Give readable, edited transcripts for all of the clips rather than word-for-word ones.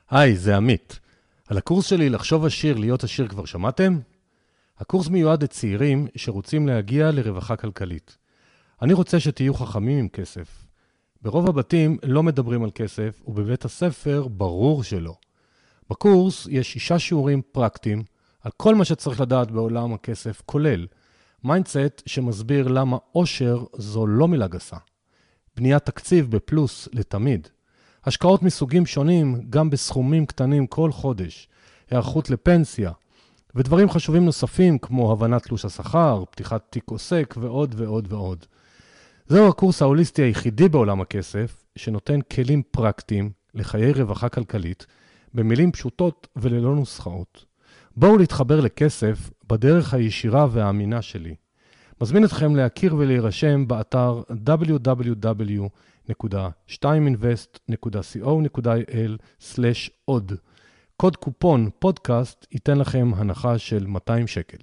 היי, זה עמית. על הקורס שלי לחשוב עשיר, להיות עשיר כבר שמעתם? הקורס מיועד לצעירים שרוצים להגיע לרווחה כלכלית. אני רוצה שתהיו חכמים עם כסף. ברוב הבתים לא מדברים על כסף, ובבית הספר ברור שלא. בקורס יש 6 שיעורים פרקטיים על כל מה שצריך לדעת בעולם הכסף, כולל מיינדסט שמסביר למה עושר זו לא מילה גסה. בניית תקציב בפלוס לתמיד. השקעות מסוגים שונים, גם בסכומים קטנים כל חודש, היערכות לפנסיה, ודברים חשובים נוספים כמו הבנת תלוש השכר, פתיחת תיק עוסק ועוד ועוד ועוד. זהו הקורס ההוליסטי היחידי בעולם הכסף, שנותן כלים פרקטיים לחיי רווחה כלכלית, במילים פשוטות וללא נוסחאות. בואו להתחבר לכסף בדרך הישירה והאמינה שלי. מזמין אתכם להכיר ולהירשם באתר www.2invest.co.il/עוד. קוד קופון פודקאסט ייתן לכם הנחה של 200 שקל.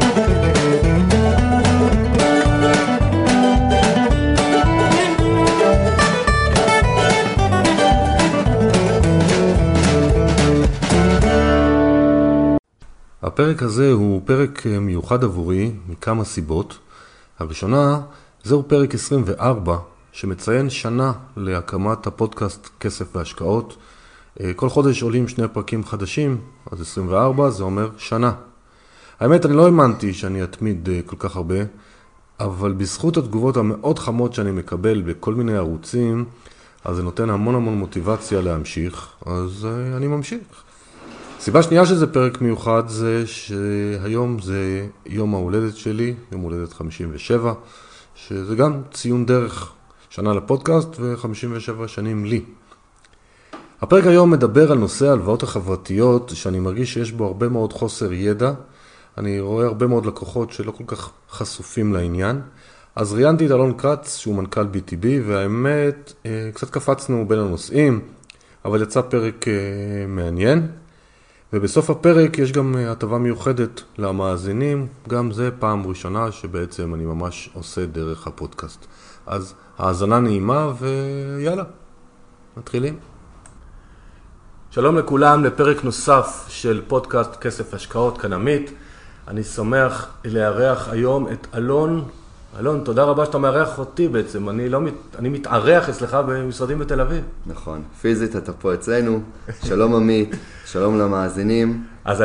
הפרק הזה הוא פרק מיוחד עבורי מכמה סיבות. הראשונה, זהו פרק 24 שמציין שנה להקמת הפודקאסט כסף והשקעות. כל חודש עולים 2 פרקים חדשים, אז 24 זה אומר שנה. האמת, אני לא האמנתי שאני אתמיד כל כך הרבה, אבל בזכות התגובות המאוד חמות שאני מקבל בכל מיני ערוצים, אז זה נותן המון מוטיבציה להמשיך, אז אני ממשיך. סיבה שנייה שזה פרק מיוחד זה שהיום זה יום ההולדת שלי, יום הולדת 57, שזה גם ציון דרך, שנה לפודקאסט ו57 שנים לי. הפרק היום מדבר על נושא ההלוואות החברתיות, שאני מרגיש שיש בו הרבה מאוד חוסר ידע. אני רואה הרבה מאוד לקוחות שלא כל כך חשופים לעניין. אז ראיינתי את אלון כץ, שהוא מנכ"ל BTB, והאמת, קצת קפצנו בין הנושאים, אבל יצא פרק מעניין. ובסוף הפרק יש גם הטבה מיוחדת למאזינים, גם זה פעם ראשונה שבעצם אני ממש עושה דרך הפודקאסט. אז האזנה נעימה ויאללה, מתחילים. שלום לכולם לפרק נוסף של פודקאסט כסף השקעות, כאן עמית. אני שמח לארח היום את אלון. אלון, תודה רבה שאתה מארח אותי בעצם. אני מתארח אצלך במשרדים בתל אביב. נכון, פיזית אתה פה אצלנו. שלום עמית, שלום למאזינים. אז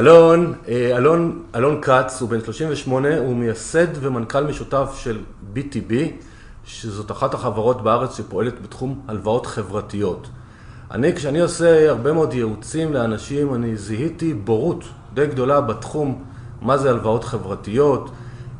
אלון כץ הוא בן 38, הוא מייסד ומנכ"ל משותף של BTB, שזאת אחת החברות בארץ שפועלת בתחום הלוואות חברתיות. כשאני עושה הרבה מאוד ייעוצים לאנשים, אני זיהיתי בורות די גדולה בתחום מה זה הלוואות חברתיות,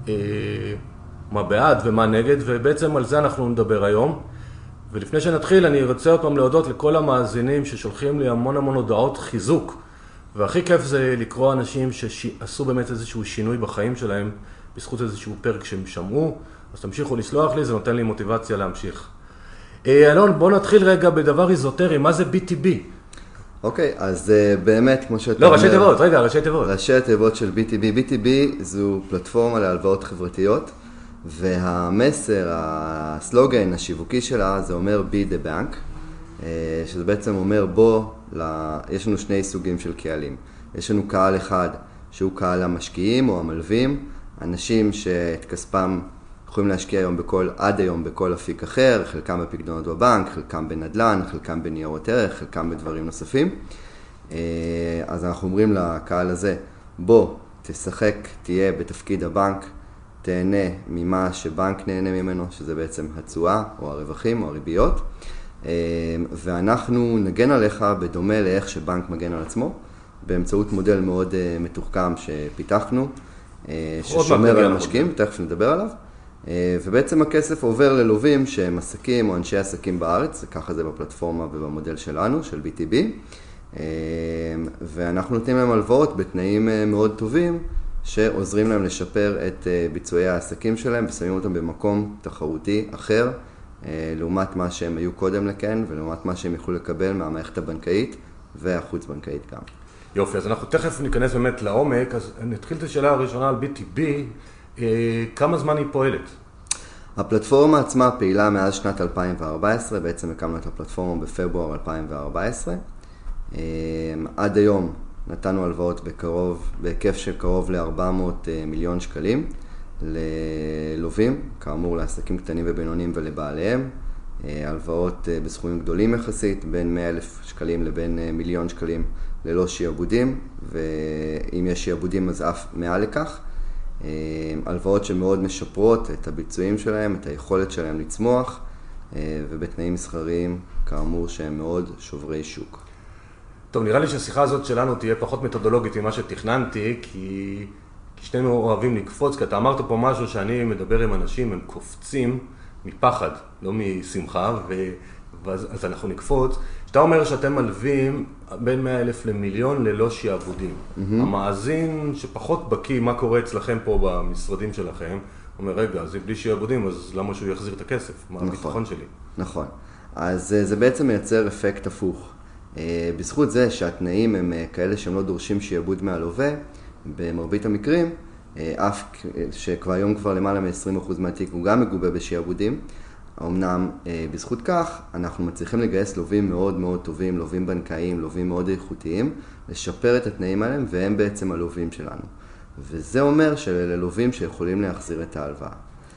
מה בעד ומה נגד, ובעצם על זה אנחנו נדבר היום. ולפני שנתחיל, אני רוצה עוד פעם להודות לכל המאזינים ששולחים לי המון הודעות חיזוק, והכי כיף זה לקרוא אנשים שעשו באמת איזשהו שינוי בחיים שלהם, בזכות איזשהו פרק שהם שמעו, אז תמשיכו לסלוח לי, זה נותן לי מוטיבציה להמשיך. אלון, בוא נתחיל רגע בדבר איזוטרי, מה זה BTB? אוקיי, אז באמת, כמו שאתה אומר... לא, ראשי תיבות. ראשי תיבות של BTB. BTB זו פלטפורמה להלוואות חברתיות, והמסר, הסלוגן השיווקי שלה, זה אומר be the bank, שזה בעצם אומר יש לנו 2 סוגים של קהלים. יש לנו קהל אחד, שהוא קהל המשקיעים או המלווים, אנשים שאת כספם יכולים להשקיע עד היום בכל אפיק אחר, חלקם בפקדונות בבנק, חלקם בנדל"ן, חלקם בניירות ערך, חלקם בדברים נוספים. אז אנחנו אומרים לקהל הזה, בוא, תשחק, תהיה בתפקיד הבנק, תהנה ממה שבנק נהנה ממנו, שזה בעצם התשואה או הרווחים או הריביות, ואנחנו נגן עליך בדומה לאיך שבנק מגן על עצמו, באמצעות מודל מאוד מתוחכם שפיתחנו, ששומר על המשקיעים, תכף נדבר עליו. ובעצם הכסף עובר ללווים שהם עסקים או אנשי עסקים בארץ, ככה זה בפלטפורמה ובמודל שלנו, של BTB, ואנחנו נותנים להם הלוואות בתנאים מאוד טובים, שעוזרים להם לשפר את ביצועי העסקים שלהם, ושמים אותם במקום תחרותי אחר, לעומת מה שהם היו קודם לכן, ולעומת מה שהם יכולו לקבל מהמערכת הבנקאית והחוץ בנקאית גם. יופי, אז אנחנו תכף ניכנס באמת לעומק, אז נתחיל את השאלה הראשונה על BTB, כמה זמן היא פועלת? הפלטפורמה עצמה פעילה מאז שנת 2014, בעצם הקמנו את הפלטפורמה בפברואר 2014. עד היום נתנו הלוואות בהיקף של קרוב ל-400 מיליון שקלים ללווים, כאמור לעסקים קטנים ובינוניים ולבעליהם. הלוואות בסכומים גדולים יחסית, בין 100,000 שקלים לבין מיליון שקלים ללא שיעבודים, ואם יש שיעבודים אז אף מעל לכך. הלוואות שמאוד משפרות את הביצועים שלהם, את היכולת שלהם לצמוח, ובתנאים מסחריים, כאמור, שהם מאוד שוברי שוק. טוב, נראה לי שהשיחה הזאת שלנו תהיה פחות מתודולוגית ממה שתכננתי, כי שנינו אוהבים לקפוץ, כי אתה אמרת פה משהו שאני מדבר עם אנשים, הם קופצים מפחד, לא משמחה, אז אנחנו נקפוץ. שאתה אומר שאתם מלווים בין 100,000 למיליון ללא שיעבודים. המאזין שפחות בקיא מה קורה אצלכם פה במשרדים שלכם, אומר, רגע, אז אם בלי שיעבודים, אז למה שהוא יחזיר את הכסף? מה הביטחון שלי? נכון. אז זה בעצם מייצר אפקט הפוך. בזכות זה שהתנאים הם כאלה שהם לא דורשים שיעבוד מהלווה, במרבית המקרים, אף שכבר היום כבר למעלה מ-20% מהתיק הוא גם מגובה בשיעבודים, אמנם בזכות כך אנחנו מצליחים לגייס לווים מאוד מאוד טובים, לווים בנקאיים, לווים מאוד איכותיים, לשפר את התנאים עליהם, והם בעצם הלווים שלנו. וזה אומר שאלה לווים שיכולים להחזיר את ההלוואה,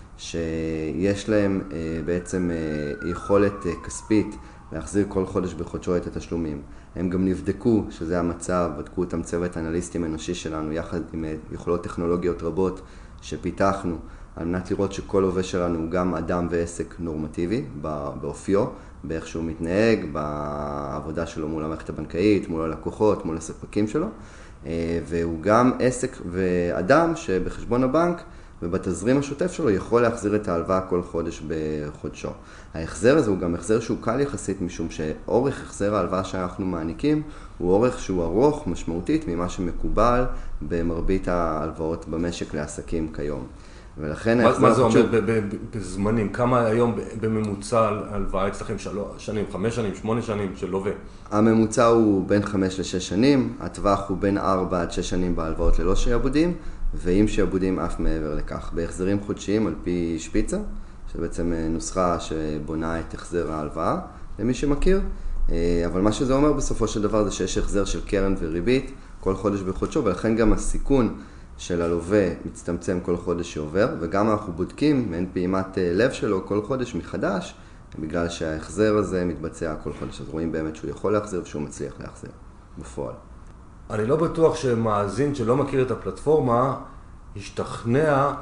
שיש להם בעצם יכולת כספית להחזיר כל חודש בחודשו את התשלומים. הם גם נבדקו שזה המצב, בדקו אותם צוות אנליסטים אנושי שלנו, יחד עם יכולות טכנולוגיות רבות שפיתחנו, על מנת לראות שכל לווה שלנו הוא גם אדם ועסק נורמטיבי, באופיו, באיך שהוא מתנהג, בעבודה שלו מול המערכת הבנקאית, מול הלקוחות, מול הספקים שלו, והוא גם עסק ואדם שבחשבון הבנק ובתזרים השוטף שלו יכול להחזיר את ההלוואה כל חודש בחודשו. ההחזר הזה הוא גם החזר שהוא קל יחסית, משום שאורך החזר ההלוואה שאנחנו מעניקים הוא אורך שהוא ארוך משמעותית ממה שמקובל במרבית ההלוואות במשק לעסקים כיום. ולכן מה זה אומר בזמנים? כמה היום בממוצע הלוואה אצלכם? 3 שנים, 5 שנים, 8 שנים של לווה? הממוצע הוא בין 5 ל-6 שנים, הטווח הוא בין 4 עד 6 שנים בהלוואות ללא שיעבודים, ועם שיעבודים אף מעבר לכך. בהחזרים חודשיים על פי שפיצה, שבעצם נוסחה שבונה את החזר ההלוואה, למי שמכיר. אבל מה שזה אומר בסופו של דבר זה שיש החזר של קרן וריבית כל חודש בחודשו, ולכן גם הסיכון של הלווה מצטמצם כל חודש שעובר, וגם אנחנו בודקים מעין פעימת לב שלו כל חודש מחדש, בגלל שההחזר הזה מתבצע כל חודש. אז רואים באמת שהוא יכול להחזיר ושהוא מצליח להחזיר בפועל. אני לא בטוח שמאזין שלא מכיר את הפלטפורמה ישתכנע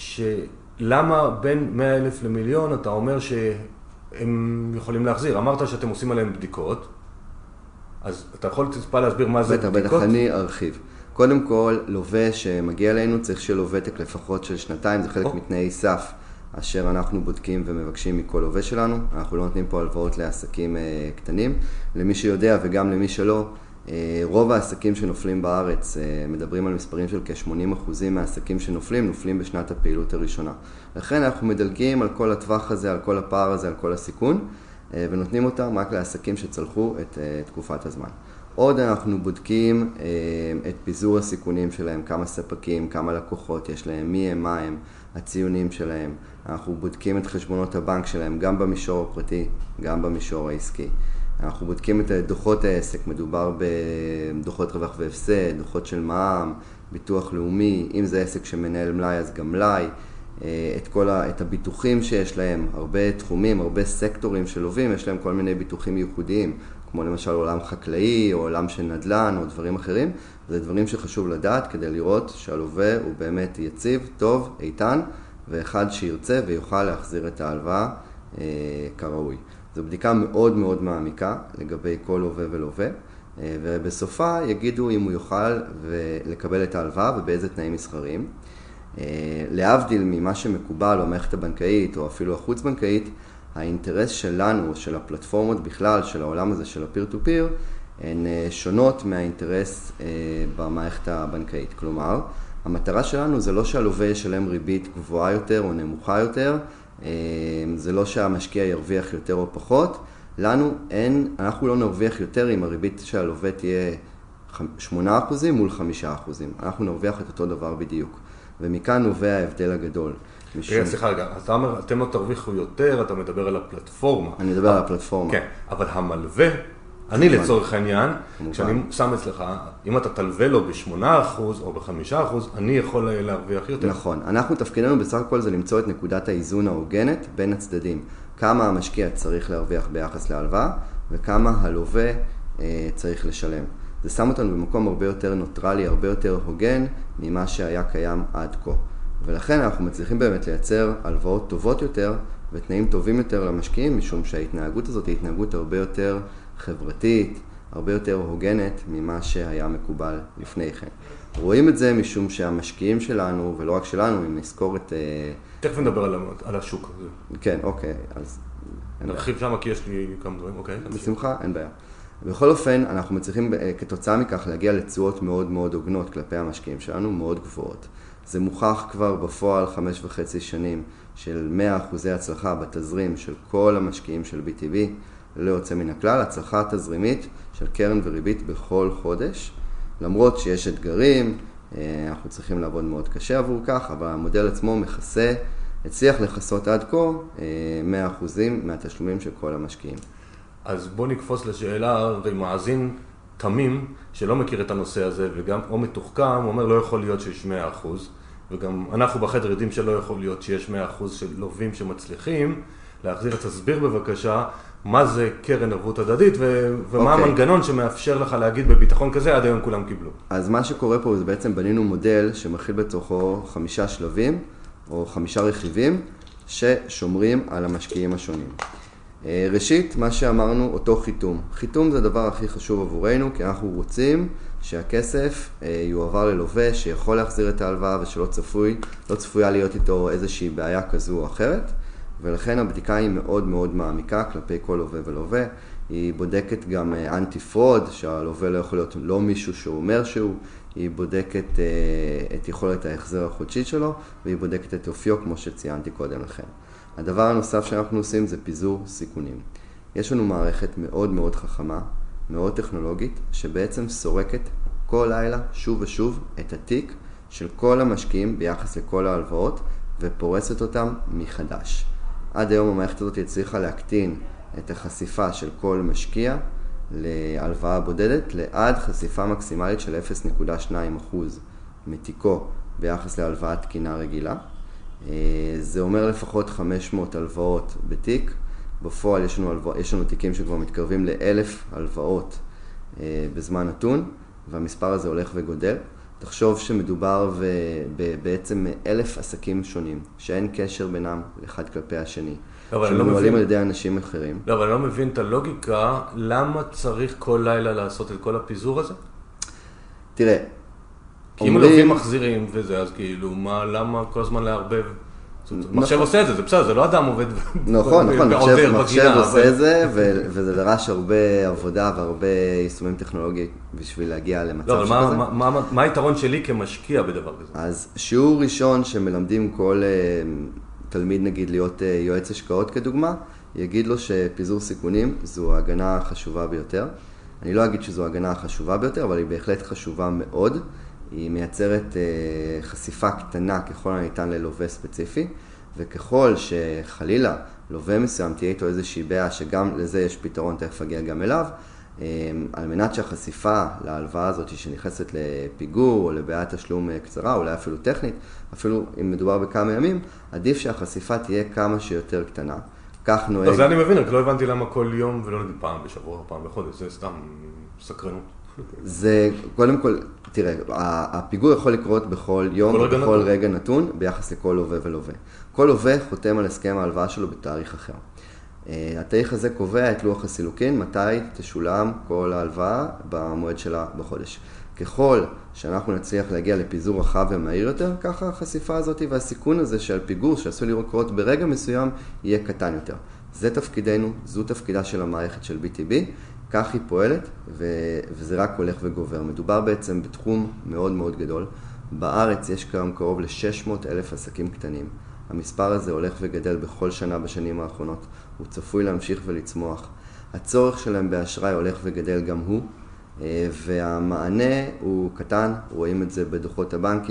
שלמה בין 100,000 למיליון אתה אומר שהם יכולים להחזיר. אמרת שאתם עושים עליהם בדיקות, אז אתה יכול טיפה להסביר מה זה בדיקות? בטח, אני ארחיב. קודם כל, לווה שמגיע אלינו צריך שיהיה לו ותק לפחות של 2, זה חלק מתנאי סף אשר אנחנו בודקים ומבקשים מכל לווה שלנו. אנחנו לא נותנים פה הלוואות לעסקים קטנים. למי שיודע וגם למי שלא, רוב העסקים שנופלים בארץ, מדברים על מספרים של כ-80% מהעסקים נופלים בשנת הפעילות הראשונה. לכן אנחנו מדלגים על כל הטווח הזה, על כל הפער הזה, על כל הסיכון, ונותנים אותם רק לעסקים שצלחו את תקופת הזמן. עוד אנחנו בודקים את פיזור הסיכונים שלהם, כמה ספקים, כמה לקוחות יש להם, מי הם, מה הם, הציונים שלהם. אנחנו בודקים את חשבונות הבנק שלהם, גם במישור הפרטי, גם במישור העסקי. אנחנו בודקים את דוחות העסק, מדובר בדוחות רווח והפסד, דוחות של מע"מ, ביטוח לאומי, אם זה עסק שמנהל מלאי אז גם מלאי, את הביטוחים שיש להם, הרבה תחומים, הרבה סקטורים של לווים, יש להם כל מיני ביטוחים ייחודיים, כמו למשל עולם חקלאי או עולם של נדל"ן או דברים אחרים. זה דברים שחשוב לדעת כדי לראות שהלווה הוא באמת יציב, טוב, איתן, ואחד שירצה ויוכל להחזיר את ההלוואה כראוי. זו בדיקה מאוד מאוד מעמיקה לגבי כל לווה ולווה, ובסופה יגידו אם הוא יוכל לקבל את ההלוואה ובאיזה תנאים מסחריים. להבדיל ממה שמקובל במערכת הבנקאית או אפילו החוץ בנקאית, האינטרס שלנו, של הפלטפורמות בכלל, של העולם הזה של הפיר טו פיר, הן שונות מהאינטרס במערכת הבנקאית. כלומר, המטרה שלנו זה לא שהלווה ישלם ריבית גבוהה יותר או נמוכה יותר, זה לא שהמשקיע ירוויח יותר או פחות. אנחנו לא נרוויח יותר אם הריבית של הלווה תהיה 8% מול 5%. אנחנו נרוויח את אותו דבר בדיוק. ומכאן נובע ההבדל הגדול. סליחה רגע, אתה אומר, אתם לא תרוויחו יותר, אתה מדבר על הפלטפורמה. אני מדבר על הפלטפורמה. כן, אבל המלווה, אני לצורך העניין, כשאני שם אצלך, אם אתה תלווה לו ב8% או ב5%, אני יכול להרוויח יותר. נכון. אנחנו תפקידנו בסך הכל זה למצוא את נקודת האיזון ההוגנת בין הצדדים. כמה המשקיע צריך להרוויח ביחס להלוואה, וכמה הלווה צריך לשלם. זה שם אותנו במקום הרבה יותר נוטרלי, הרבה יותר הוגן ממה שהיה קיים עד כה. ולכן אנחנו מצליחים באמת לייצר הלוואות טובות יותר ותנאים טובים יותר למשקיעים, משום שההתנהגות הזאת היא התנהגות הרבה יותר חברתית, הרבה יותר הוגנת ממה שהיה מקובל לפני כן. רואים את זה משום שהמשקיעים שלנו, ולא רק שלנו, אם נזכור את... תכף נדבר על השוק הזה. כן, אוקיי, אז... נרחיב שם כי יש לי כמה דברים, אוקיי. בשמחה, אין בעיה. בכל אופן, אנחנו מצליחים כתוצאה מכך להגיע לתשואות מאוד מאוד הוגנות כלפי המשקיעים שלנו, מאוד גבוהות. זה מוכח כבר בפועל 5.5 שנים של 100% הצלחה בתזרים של כל המשקיעים של BTB, לא יוצא מן הכלל, הצלחה תזרימית של קרן וריבית בכל חודש, למרות שיש אתגרים, אנחנו צריכים לעבוד מאוד קשה עבור כך, אבל המודל עצמו הצליח לחסות עד כה 100% מהתשלומים של כל המשקיעים. אז בוא נקפוץ לשאלה, הרי מאזין תמים שלא מכיר את הנושא הזה וגם או מתוחכם, אומר לא יכול להיות שיש 100%, וגם אנחנו בחדר יודעים שלא יכול להיות שיש 100% של לווים שמצליחים להחזיר. תסביר בבקשה מה זה קרן ערבות הדדית ומה המנגנון שמאפשר לך להגיד בביטחון כזה עד היום כולם קיבלו. אז מה שקורה פה זה בעצם בנינו מודל שמכיל בתוכו 5 שלבים או 5 רכיבים ששומרים על המשקיעים השונים. ראשית, מה שאמרנו, אותו חיתום. חיתום זה הדבר הכי חשוב עבורנו, כי אנחנו רוצים שהכסף יועבר ללווה שיכול להחזיר את ההלוואה ושלא צפויה להיות איתו איזושהי בעיה כזו או אחרת, ולכן הבדיקה היא מאוד מאוד מעמיקה כלפי כל לווה ולווה. היא בודקת גם אנטי פרוד, שהלווה לא יכול להיות לא מישהו שהוא אומר שהוא, היא בודקת את יכולת ההחזר החודשית שלו, והיא בודקת את אופיו כמו שציינתי קודם לכן. הדבר הנוסף שאנחנו עושים זה פיזור סיכונים. יש לנו מערכת מאוד מאוד חכמה, מאוד טכנולוגית, שבעצם סורקת כל לילה שוב ושוב את התיק של כל המשקיעים ביחס לכל ההלוואות, ופורסת אותם מחדש. עד היום המערכת הזאת הצליחה להקטין את החשיפה של כל משקיע להלוואה בודדת, לעד חשיפה מקסימלית של 0.2% מתיקו ביחס להלוואה תקינה רגילה. זה אומר לפחות 500 הלוואות בתיק. בפועל יש לנו תיקים שכבר מתקרבים ל1,000 הלוואות בזמן נתון, והמספר הזה הולך וגודל. תחשוב שמדובר בעצם 1,000 עסקים שונים, שאין קשר בינם אחד כלפי השני, שמנוהלים על ידי אנשים אחרים. לא, אבל אני לא מבין את הלוגיקה, למה צריך כל לילה לעשות את כל הפיזור הזה? תראה, כי אם לווים מחזירים וזה, אז כאילו, למה כל הזמן לערבב? מחשב עושה את זה, זה בסדר, זה לא אדם עובד נכון, מחשב עושה את זה, וזה דרש הרבה עבודה והרבה יישומים טכנולוגיים בשביל להגיע למצב שכזה. לא, אבל מה היתרון שלי כמשקיע בדבר כזה? אז שיעור ראשון שמלמדים כל תלמיד, נגיד, להיות יועץ השקעות כדוגמה, יגיד לו שפיזור סיכונים זו ההגנה החשובה ביותר. אני לא אגיד שזו ההגנה החשובה ביותר, אבל היא בהחלט חשובה מאוד. היא מייצרת חשיפה קטנה ככל הניתן ללווה ספציפי, וככל שחלילה לווה מסוים תהיה איתו איזושהי בעיה, שגם לזה יש פתרון, תכף אגיע גם אליו, על מנת שהחשיפה להלוואה הזאת שנכנסת לפיגור או לבעיית תשלום קצרה, אולי אפילו טכנית, אפילו אם מדובר בכמה ימים, עדיף שהחשיפה תהיה כמה שיותר קטנה. כך נוהג... אז זה אני מבין, רק לא הבנתי למה כל יום ולא נגיד פעם בשבוע או פעם בחודש, זה סתם סקרנות. זה, קודם כל, תראה, הפיגור יכול לקרות בכל יום ובכל רגע נתון ביחס לכל לווה ולווה. כל לווה חותם על הסכם ההלוואה שלו בתאריך אחר. התאריך הזה קובע את לוח הסילוקין, מתי תשולם כל ההלוואה במועד שלה בחודש. ככל שאנחנו נצליח להגיע לפיזור רחב ומהיר יותר, ככה החשיפה הזאת והסיכון הזה של פיגור שעשוי לקרות ברגע מסוים יהיה קטן יותר. זה תפקידנו, זו תפקידה של המערכת של BTB, כך היא פועלת וזה רק הולך וגובר. מדובר בעצם בתחום מאוד מאוד גדול. בארץ יש כיום קרוב ל-600,000 עסקים קטנים. המספר הזה הולך וגדל בכל שנה בשנים האחרונות. הוא צפוי להמשיך ולצמוח. הצורך שלהם באשראי הולך וגדל גם הוא, והמענה הוא קטן, רואים את זה בדוחות הבנקים,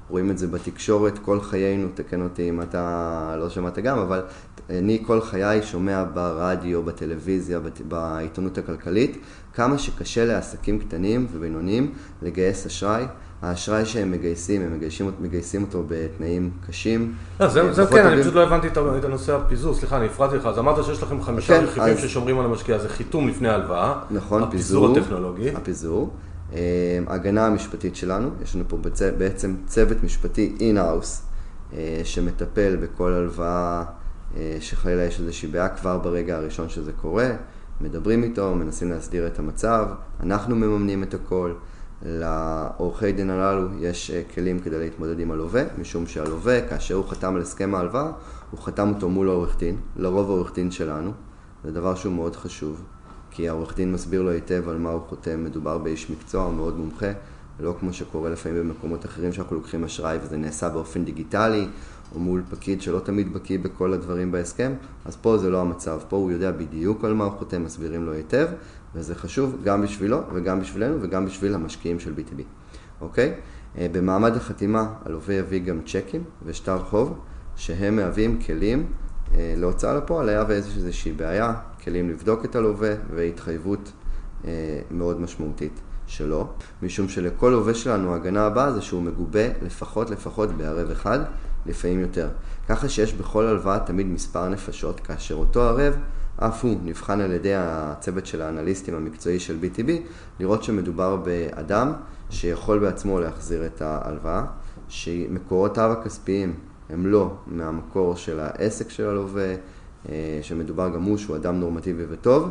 רואים את זה בתקשורת, כל חיינו, תקן אותי אם אתה לא שמעת גם, אבל אני כל חיי שומע ברדיו, בטלוויזיה, בעיתונות הכלכלית, כמה שקשה לעסקים קטנים ובינוניים לגייס אשראי. האשראי שהם מגייסים, הם מגייסים אותו בתנאים קשים. זה כן, אני פשוט לא הבנתי את הנושא הפיזור, סליחה, אני הפרעתי לך. אז אמרת שיש לכם 5 רכיבים ששומרים על המשקיע, זה חיתום לפני ההלוואה, נכון, הפיזור הטכנולוגי. הפיזור, הגנה המשפטית שלנו, יש לנו פה בעצם צוות משפטי אין-האוס, שמטפל בכל הלוואה שחלילה יש איזושהי בעיה כבר ברגע הראשון שזה קורה, מדברים איתו, מנסים להסדיר את המצב, אנחנו מממנים את הכל. לעורכי דין הללו יש כלים כדי להתמודד עם הלווה, משום שהלווה, כאשר הוא חתם על הסכם ההלוואה, הוא חתם אותו מול העורך דין, לרוב העורך דין שלנו. זה דבר שהוא מאוד חשוב, כי העורך דין מסביר לו היטב על מה הוא חותם, מדובר באיש מקצוע מאוד מומחה, לא כמו שקורה לפעמים במקומות אחרים שאנחנו לוקחים אשראי וזה נעשה באופן דיגיטלי, או מול פקיד שלא תמיד בקיא בכל הדברים בהסכם, אז פה זה לא המצב, פה הוא יודע בדיוק על מה הוא חותם, מסבירים לו היטב, וזה חשוב גם בשבילו וגם בשבילנו וגם בשביל המשקיעים של BTB. אוקיי? במעמד החתימה, הלווה יביא גם צ'קים ושטר חוב, שהם מהווים כלים להוצאה לפועל, היה ואיזושהי בעיה, כלים לבדוק את הלווה והתחייבות מאוד משמעותית שלו, משום שלכל לווה שלנו ההגנה הבאה זה שהוא מגובה לפחות בערב אחד, לפעמים יותר. ככה שיש בכל הלוואה תמיד מספר נפשות, כאשר אותו ערב אף הוא נבחן על ידי הצוות של האנליסטים המקצועי של BTB, לראות שמדובר באדם שיכול בעצמו להחזיר את ההלוואה, שמקורותיו הכספיים הם לא מהמקור של העסק של הלווה, שמדובר גם הוא שהוא אדם נורמטיבי וטוב,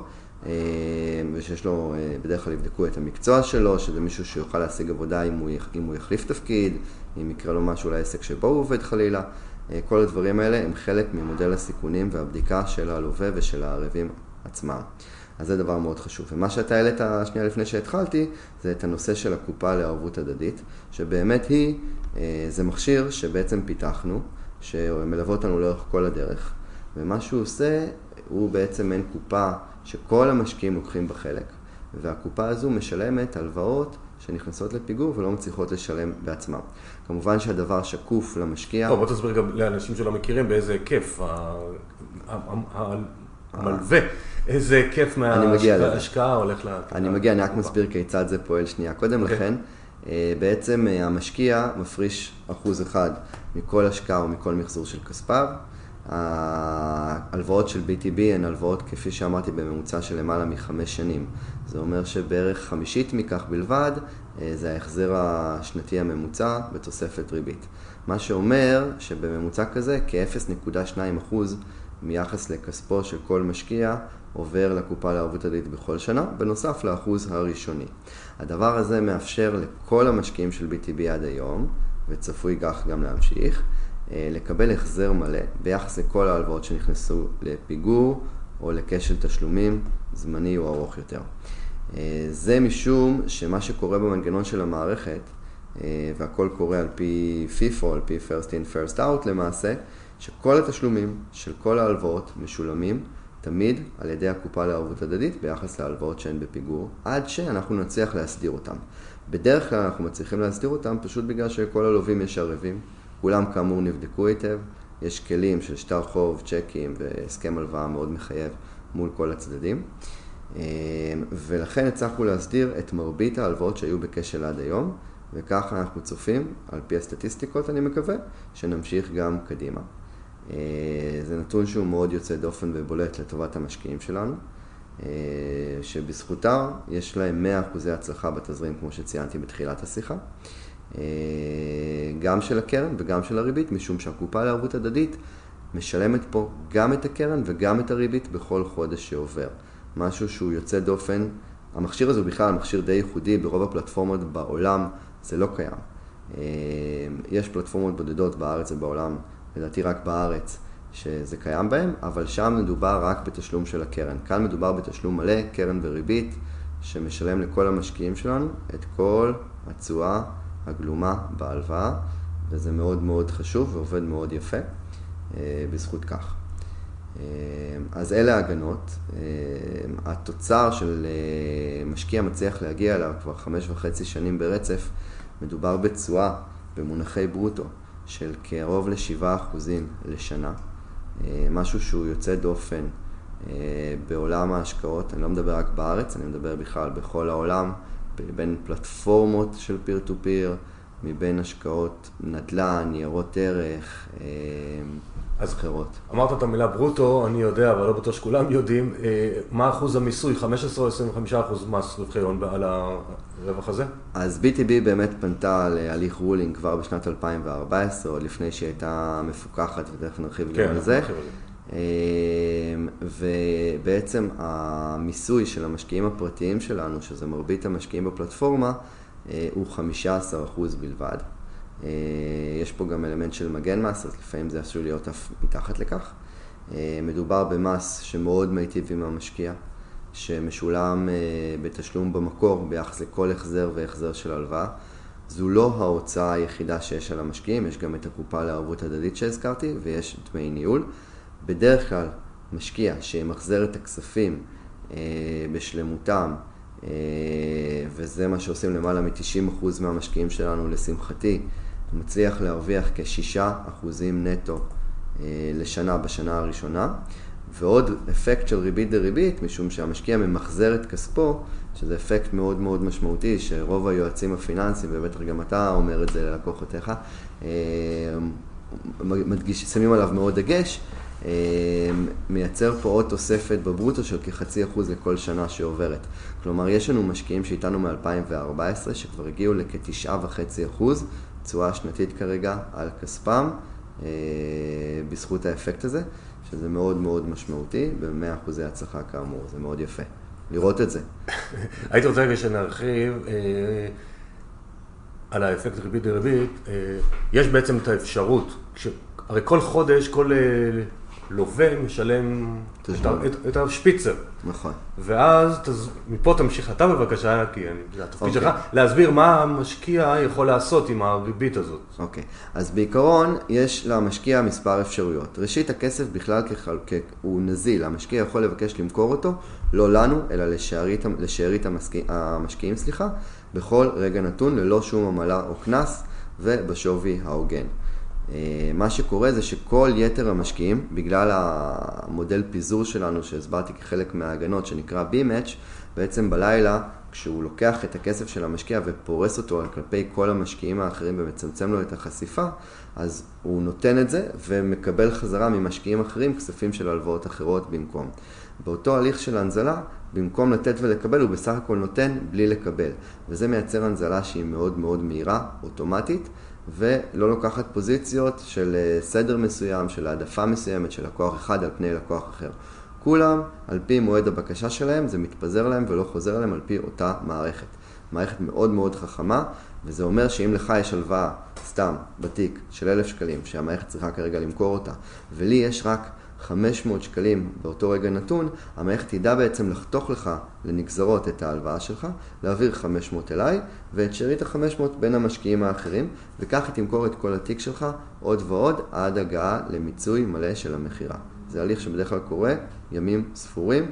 ושיש לו, בדרך כלל יבדקו את המקצוע שלו, שזה מישהו שיוכל להשיג עבודה אם הוא יחליף תפקיד, אם יקרה לו משהו לעסק שבו הוא עובד חלילה. כל הדברים האלה הם חלק ממודל הסיכונים והבדיקה של הלווה ושל הערבים עצמם. אז זה דבר מאוד חשוב. ומה שאתה העלית השנייה לפני שהתחלתי, זה את הנושא של הקופה לערבות הדדית, שבאמת זה מכשיר שבעצם פיתחנו, שמלווה אותנו לאורך כל הדרך, ומה שהוא עושה, הוא בעצם אין קופה שכל המשקיעים לוקחים בחלק, והקופה הזו משלמת הלוואות שנכנסות לפיגור ולא מצליחות לשלם בעצמם. כמובן שהדבר שקוף למשקיע... בוא תסביר גם לאנשים שלא מכירים באיזה היקף המלווה, איזה היקף מההשקעה הולך אני מגיע, אני רק מסביר כיצד זה פועל שנייה. קודם לכן, בעצם המשקיע מפריש 1% מכל השקעה או מכל מחזור של כספיו. ההלוואות של BTB הן הלוואות, כפי שאמרתי, בממוצע של למעלה מ5 שנים. זה אומר שבערך 1/5 מכך בלבד, זה ההחזר השנתי הממוצע בתוספת ריבית. מה שאומר שבממוצע כזה, כ-0.2% מיחס לכספו של כל משקיע עובר לקופה לערבות הדדית בכל שנה, בנוסף לאחוז הראשוני. הדבר הזה מאפשר לכל המשקיעים של BTB עד היום, וצפוי כך גם להמשיך, לקבל החזר מלא ביחס לכל ההלוואות שנכנסו לפיגור או לכשל תשלומים זמני או ארוך יותר. זה משום שמה שקורה במנגנון של המערכת, והכל קורה על פי FIFO, על פי First In First Out למעשה, שכל התשלומים של כל ההלוואות משולמים תמיד על ידי הקופה לערבות הדדית ביחס להלוואות שהן בפיגור, עד שאנחנו נצליח להסדיר אותם. בדרך כלל אנחנו מצליחים להסדיר אותם פשוט בגלל שכל הלווים יש ערבים, כולם כאמור נבדקו היטב, יש כלים של שטר חוב, צ'קים והסכם הלוואה מאוד מחייב מול כל הצדדים. ולכן הצלחנו להסדיר את מרבית ההלוואות שהיו בכשל עד היום, וככה אנחנו צופים, על פי הסטטיסטיקות אני מקווה, שנמשיך גם קדימה. זה נתון שהוא מאוד יוצא דופן ובולט לטובת המשקיעים שלנו, שבזכותה יש להם 100% הצלחה בתזרים, כמו שציינתי בתחילת השיחה. גם של הקרן וגם של הריבית, משום שהקופה לערבות הדדית משלמת פה גם את הקרן וגם את הריבית בכל חודש שעובר. משהו שהוא יוצא דופן. המכשיר הזה הוא בכלל מכשיר די ייחודי, ברוב הפלטפורמות בעולם זה לא קיים. יש פלטפורמות בודדות בארץ ובעולם, לדעתי רק בארץ, שזה קיים בהם, אבל שם מדובר רק בתשלום של הקרן. כאן מדובר בתשלום מלא, קרן וריבית, שמשלם לכל המשקיעים שלנו את כל התשואה הגלומה בהלוואה, וזה מאוד מאוד חשוב ועובד מאוד יפה בזכות כך. אז אלה ההגנות. התוצר של משקיע מצליח להגיע אליו כבר 5.5 שנים ברצף, מדובר בתשואה במונחי ברוטו של קרוב ל7% לשנה, משהו שהוא יוצא דופן בעולם ההשקעות. אני לא מדבר רק בארץ, אני מדבר בכלל בכל העולם, בין פלטפורמות של פיר טו פיר, מבין השקעות נדל"ן, ניירות ערך, אחרות. אמרת את המילה ברוטו, אני יודע, אבל לא בטוח שכולם יודעים, מה אחוז המיסוי, 15 או 25% מס רווחי הון על הרווח הזה? אז BTB באמת פנתה להליך רולינג כבר בשנת 2014, עוד לפני שהיא הייתה מפוקחת, ותכף נרחיב גם על זה. ובעצם המיסוי של המשקיעים הפרטיים שלנו, שזה מרבית המשקיעים בפלטפורמה, הוא 15% בלבד. יש פה גם אלמנט של מגן מס, אז לפעמים זה עשוי להיות אף מתחת לכך. מדובר במס שמאוד מיטיב עם המשקיע, שמשולם בתשלום במקור ביחס לכל החזר והחזר של הלוואה. זו לא ההוצאה היחידה שיש על המשקיעים, יש גם את הקופה לערבות הדדית שהזכרתי, ויש דמי ניהול. בדרך כלל משקיע שמחזר את הכספים בשלמותם, וזה מה שעושים למעלה מ-90% מהמשקיעים שלנו, לשמחתי, מצליח להרוויח כ6% נטו לשנה בשנה הראשונה, ועוד אפקט של ריבית דריבית, משום שהמשקיע ממחזר את כספו, שזה אפקט מאוד מאוד משמעותי, שרוב היועצים הפיננסיים, ובטח גם אתה אומר את זה ללקוחותיך, שמים עליו מאוד דגש, מייצר פה עוד תוספת בברוטו של כ0.5% לכל שנה שעוברת. כלומר, יש לנו משקיעים שאיתנו מ-2014, שכבר הגיעו לכ9.5% תשואה שנתית כרגע על כספם, בזכות האפקט הזה, שזה מאוד מאוד משמעותי, ב100% הצלחה כאמור, זה מאוד יפה. לראות את זה. הייתי רוצה שנרחיב על האפקט ריבית דריבית. יש בעצם את האפשרות, הרי כל חודש, כל לווה משלם את השפיצר. נכון. ואז מפה תמשיך אתה בבקשה, כי זה התפקיד שלך, להסביר מה המשקיע יכול לעשות עם הריבית הזאת. אוקיי. אז בעיקרון יש למשקיע מספר אפשרויות. ראשית, הכסף בכלל הוא נזיל. המשקיע יכול לבקש למכור אותו, לא לנו, אלא לשארית המשקיעים, בכל רגע נתון, ללא שום עמלה או כנס, ובשווי ההוגן. מה שקורה זה שכל יתר המשקיעים, בגלל המודל פיזור שלנו שהסברתי כחלק מההגנות שנקרא B-Match, בעצם בלילה כשהוא לוקח את הכסף של המשקיע ופורס אותו כלפי כל המשקיעים האחרים ומצמצם לו את החשיפה, אז הוא נותן את זה ומקבל חזרה ממשקיעים אחרים כספים של הלוואות אחרות במקום. באותו הליך של הנזלה, במקום לתת ולקבל, הוא בסך הכל נותן בלי לקבל. וזה מייצר הנזלה שהיא מאוד מאוד מהירה, אוטומטית, ולא לוקחת פוזיציות של סדר מסוים, של העדפה מסוימת, של לקוח אחד על פני לקוח אחר. כולם, על פי מועד הבקשה שלהם, זה מתפזר להם ולא חוזר להם על פי אותה מערכת. מערכת מאוד מאוד חכמה, וזה אומר שאם לך יש הלוואה, סתם, בתיק, של 1,000 שקלים, שהמערכת צריכה כרגע למכור אותה, ולי יש רק 500 שקלים באותו רגע נתון, המערכת תדע בעצם לחתוך לך לנגזרות את ההלוואה שלך, להעביר 500 אליי, ואת שארית ה-500 בין המשקיעים האחרים, וכך היא תמכור את כל התיק שלך עוד ועוד, עד הגעה למיצוי מלא של המחירה. זה הליך שבדרך כלל קורה ימים ספורים,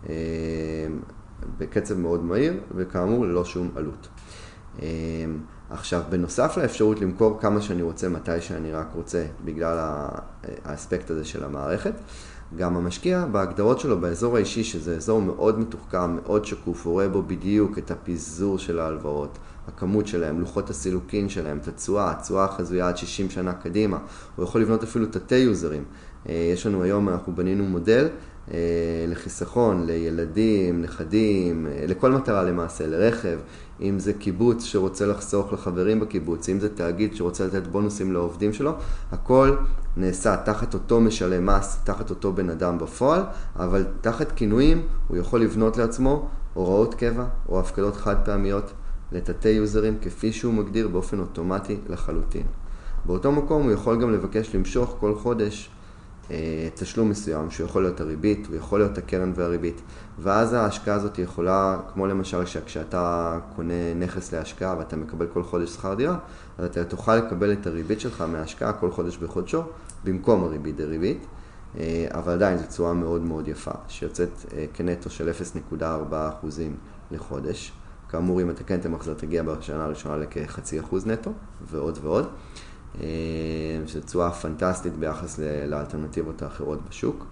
בקצב מאוד מהיר, וכאמור ללא שום עלות. עכשיו, בנוסף לאפשרות למכור כמה שאני רוצה, מתי שאני רק רוצה, בגלל האספקט הזה של המערכת, גם המשקיע בהגדרות שלו באזור האישי, שזה אזור מאוד מתוחכם, מאוד שקוף, הוא רואה בו בדיוק את הפיזור של ההלוואות, הכמות שלהם, לוחות הסילוקין שלהם, את התשואה החזויה עד 60 שנה קדימה, הוא יכול לבנות אפילו תתי יוזרים. יש לנו היום, אנחנו בנינו מודל לחיסכון, לילדים, נכדים, לכל מטרה למעשה, לרכב, אם זה קיבוץ שרוצה לחסוך לחברים בקיבוץ, אם זה תאגיד שרוצה לתת בונוסים לעובדים שלו, הכל נעשה תחת אותו משלם מס, תחת אותו בן אדם בפועל, אבל תחת כינויים הוא יכול לבנות לעצמו הוראות קבע או הפקדות חד פעמיות לתתי יוזרים כפי שהוא מגדיר באופן אוטומטי לחלוטין. באותו מקום הוא יכול גם לבקש למשוך כל חודש תשלום מסוים, שהוא יכול להיות הריבית, הוא יכול להיות הקרן והריבית, ואז ההשקעה הזאת יכולה, כמו למשל כשאתה קונה נכס להשקעה ואתה מקבל כל חודש שכר דירה, אז אתה תוכל לקבל את הריבית שלך מההשקעה כל חודש בחודשו, במקום הריבית דריבית, אבל עדיין זו תשואה מאוד מאוד יפה, שיוצאת כנטו של 0.4% לחודש, כאמור, אם אתה כן תמחזר, תגיע בשנה הראשונה לכ0.5% נטו, ועוד ועוד. שזו תשואה פנטסטית ביחס לאלטרנטיבות האחרות בשוק.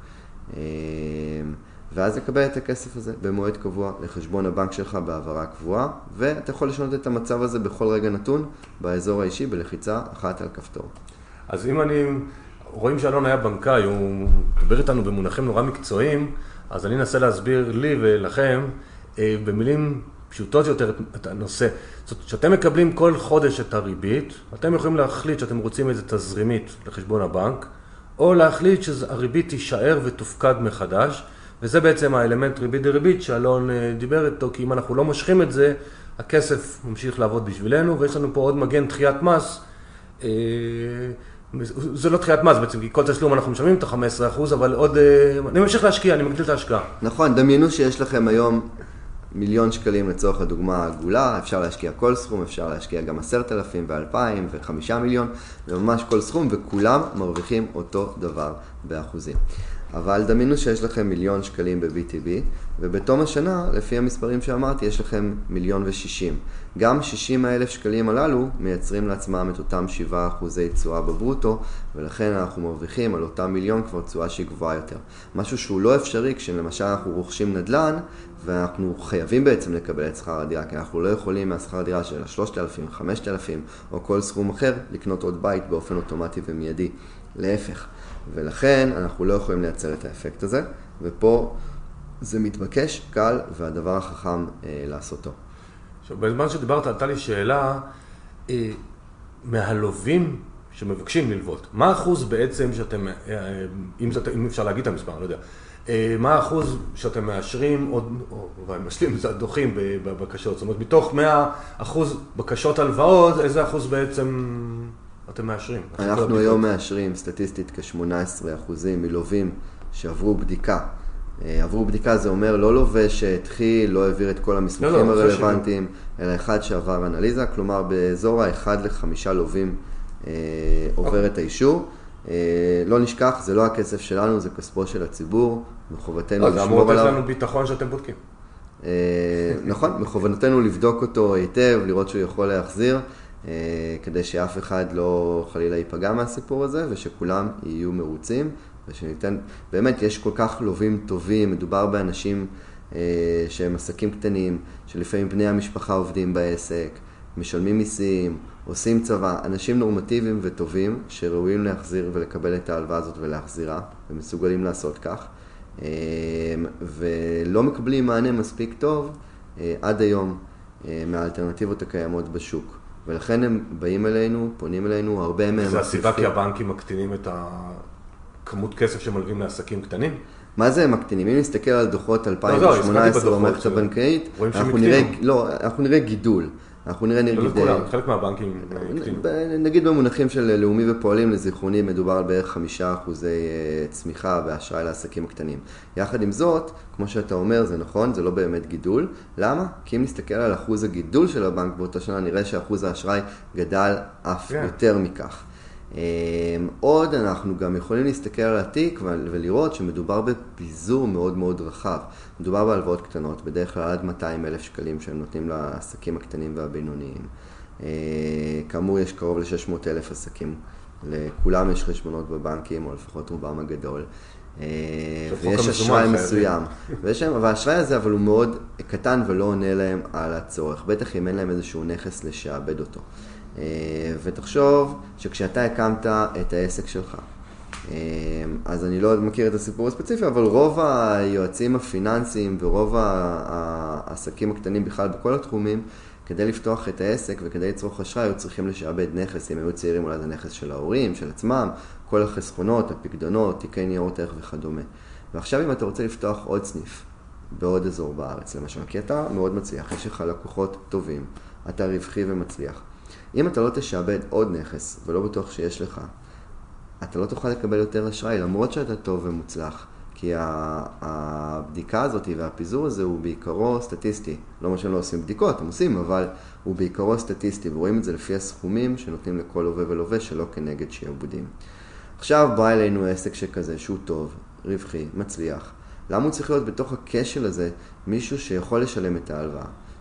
ואז לקבל את הכסף הזה במועד קבוע לחשבון הבנק שלך בהעברה קבועה, ואתה יכול לשנות את המצב הזה בכל רגע נתון באזור האישי בלחיצה אחת על כפתור. אז אם רואים שאלון היה בנקאי, הוא מדבר איתנו במונחים נורא מקצועיים, אז אני אנסה להסביר לי ולכם במילים פשוטות יותר את הנושא. זאת אומרת, שאתם מקבלים כל חודש את הריבית, אתם יכולים להחליט שאתם רוצים איזה תזרימית לחשבון הבנק, או להחליט שהריבית תישאר ותופקד מחדש, וזה בעצם האלמנט ריבית דריבית שאלון דיבר איתו, כי אם אנחנו לא מושכים את זה, הכסף ממשיך לעבוד בשבילנו, ויש לנו פה עוד מגן דחיית מס. זה לא דחיית מס בעצם, כי כל תשלום אנחנו משלמים את ה-15%, אבל עוד, אני ממשיך להשקיע, אני מגדיל את ההשקעה. נכון, דמיינו שיש לכם היום 1,000,000 שקלים לצורך הדוגמה העגולה, אפשר להשקיע כל סכום, אפשר להשקיע גם 10,000 ו2,000 ו5 מיליון, וממש כל סכום, וכולם מרוויחים אותו דבר באחוזים. אבל דמיינו שיש לכם 1,000,000 שקלים ב-BTB, ובתום השנה, לפי המספרים שאמרתי, יש לכם 1,060,000. גם 60,000 שקלים הללו מייצרים לעצמם את אותם 7% תשואה בברוטו, ולכן אנחנו מרוויחים על אותם 1,000,000 כבר תשואה שהיא גבוהה יותר. משהו שהוא לא אפשרי כשלמשל אנחנו רוכשים נדל"ן, ואנחנו חייבים בעצם לקבל את שכר הדירה, כי אנחנו לא יכולים מהשכר הדירה של 3,000, 5,000 או כל סכום אחר לקנות עוד בית באופן אוטומטי ומיידי. להפך. ולכן אנחנו לא יכולים לייצר את האפקט הזה, ופה זה מתבקש, קל, והדבר החכם לעשותו. עכשיו, בזמן שדיברת, עלתה לי שאלה, מהלווים שמבקשים ללוות, מה האחוז בעצם שאתם, אם אפשר להגיד את המספר, אני לא יודע, מה האחוז שאתם מאשרים, או משלים, דוחים בבקשות, זאת אומרת, מתוך 100% בקשות הלוואות, איזה אחוז בעצם אתם מאשרים? אנחנו היום מאשרים סטטיסטית כ-18% מלווים שעברו בדיקה. עברו בדיקה זה אומר לא לווה שהתחיל, לא העביר את כל המסמכים הרלוונטיים, אלא אחד שעבר אנליזה, כלומר באזור ה-1 ל-5 לווים עובר את האישור. לא נשכח, זה לא הכסף שלנו, זה כספו של הציבור, מחובתנו לשמור עליו. יש לנו ביטחון שאתם בודקים. נכון, מחובתנו לבדוק אותו היטב, לראות שהוא יכול להחזיר, כדי שאף אחד לא חלילה ייפגע מהסיפור הזה, ושכולם יהיו מרוצים, ושניתן, באמת יש כל כך לווים טובים, מדובר באנשים שהם עסקים קטנים, שלפעמים בני המשפחה עובדים בעסק, משלמים מיסים, עושים צבא, אנשים נורמטיביים וטובים שראויים להחזיר ולקבל את ההלוואה הזאת ולהחזירה, ומסוגלים לעשות כך, ולא מקבלים מענה מספיק טוב עד היום מהאלטרנטיבות הקיימות בשוק. ולכן הם באים אלינו, פונים אלינו, הרבה מהם... זה הסיבה כי הבנקים מקטינים את הכמות כסף שמלווים לעסקים קטנים? מה זה הם מקטינים? אם נסתכל על דוחות 2018 במערכת הבנקאית, אנחנו נראה גידול. אנחנו נראה חלק מהבנקים הקטינו. נגיד במונחים של לאומי ופועלים לזיכרוני, מדובר על בערך 5% צמיחה באשראי לעסקים הקטנים. יחד עם זאת, כמו שאתה אומר, זה נכון, זה לא באמת גידול. למה? כי אם נסתכל על אחוז הגידול של הבנק באותה שנה, נראה שאחוז האשראי גדל אף יותר מכך. עוד אנחנו גם יכולים להסתכל על התיק ולראות שמדובר בפיזור מאוד מאוד רחב. מדובר בהלוואות קטנות, בדרך כלל עד 200,000 שקלים שהם נותנים לעסקים הקטנים והבינוניים. כאמור יש קרוב ל-600,000 עסקים, לכולם יש חשבונות בבנקים, או לפחות רובם הגדול. ויש אשראי מסוים. והאשראי הזה אבל הוא מאוד קטן ולא עונה להם על הצורך. בטח אם אין להם איזשהו נכס לשעבד אותו. ותחשוב שכשאתה הקמת את העסק שלך, אז אני לא מכיר את הסיפור הספציפי, אבל רוב היועצים הפיננסיים ורוב העסקים הקטנים בכלל בכל התחומים, כדי לפתוח את העסק וכדי לצרוך אשראי, היו צריכים לשעבד נכס, אם היו צעירים אולי זה נכס של ההורים, של עצמם, כל החסכונות, הפקדונות, תיקי ניירות ערך וכדומה. ועכשיו אם אתה רוצה לפתוח עוד סניף בעוד אזור בארץ, למשל, כי אתה מאוד מצליח, יש לך לקוחות טובים, אתה רווחי ומצליח. אם אתה לא תשעבד עוד נכס, ולא בטוח שיש לך, אתה לא תוכל לקבל יותר אשראי, למרות שאתה טוב ומוצלח. כי הבדיקה הזאת והפיזור הזה הוא בעיקרו סטטיסטי. לא מה שהם לא עושים בדיקות, הם עושים, אבל הוא בעיקרו סטטיסטי, ורואים את זה לפי הסכומים שנותנים לכל לווה ולווה שלא כנגד שיעבודים. עכשיו בא אלינו עסק שכזה, שהוא טוב, רווחי, מצליח. למה הוא צריך להיות בתוך הכשל הזה מישהו שיכול לשלם את ההלוואה?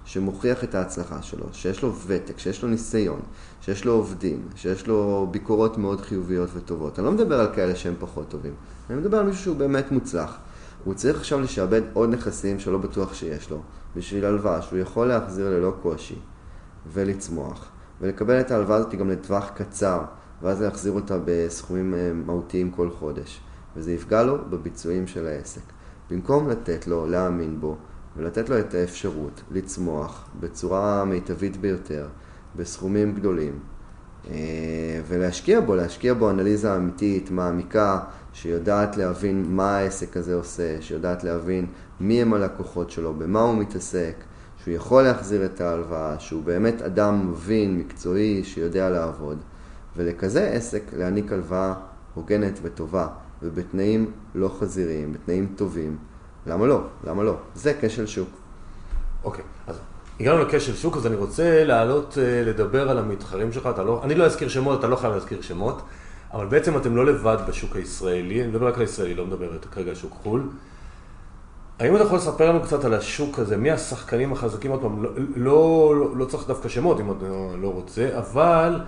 שמוכיח את ההצלחה שלו, שיש לו ותק, שיש לו ניסיון, שיש לו עובדים, שיש לו ביקורות מאוד חיוביות וטובות. אני לא מדבר על כאלה שהם פחות טובים, אני מדבר על מישהו שהוא באמת מוצלח. הוא צריך עכשיו לשעבד עוד נכסים שלא בטוח שיש לו, בשביל הלוואה שהוא יכול להחזיר ללא קושי ולצמוח, ולקבל את ההלוואה הזאת גם לטווח קצר, ואז להחזיר אותה בסכומים מהותיים כל חודש. וזה יפגע לו בביצועים של העסק. במקום לתת לו, להאמין בו, ולתת לו את האפשרות לצמוח בצורה מיטבית ביותר, בסכומים גדולים, ולהשקיע בו אנליזה אמיתית, מעמיקה, שיודעת להבין מה העסק הזה עושה, שיודעת להבין מי הם הלקוחות שלו, במה הוא מתעסק, שהוא יכול להחזיר את ההלוואה, שהוא באמת אדם מבין, מקצועי, שיודע לעבוד. ולכזה עסק להעניק הלוואה הוגנת וטובה, ובתנאים לא חזיריים, בתנאים טובים. למה לא? למה לא? זה כשל שוק. אוקיי, אז הגענו לכשל שוק, אז אני רוצה לעלות לדבר על המתחרים שלך. אני לא אזכיר שמות, אתה לא חייב להזכיר שמות, אבל בעצם אתם לא לבד בשוק הישראלי, אני מדבר רק על הישראלי, לא מדבר כרגע על שוק חול. האם אתה יכול לספר לנו קצת על השוק הזה, מי השחקנים החזקים? עוד פעם, לא צריך דווקא שמות אם אתה לא רוצה, אבל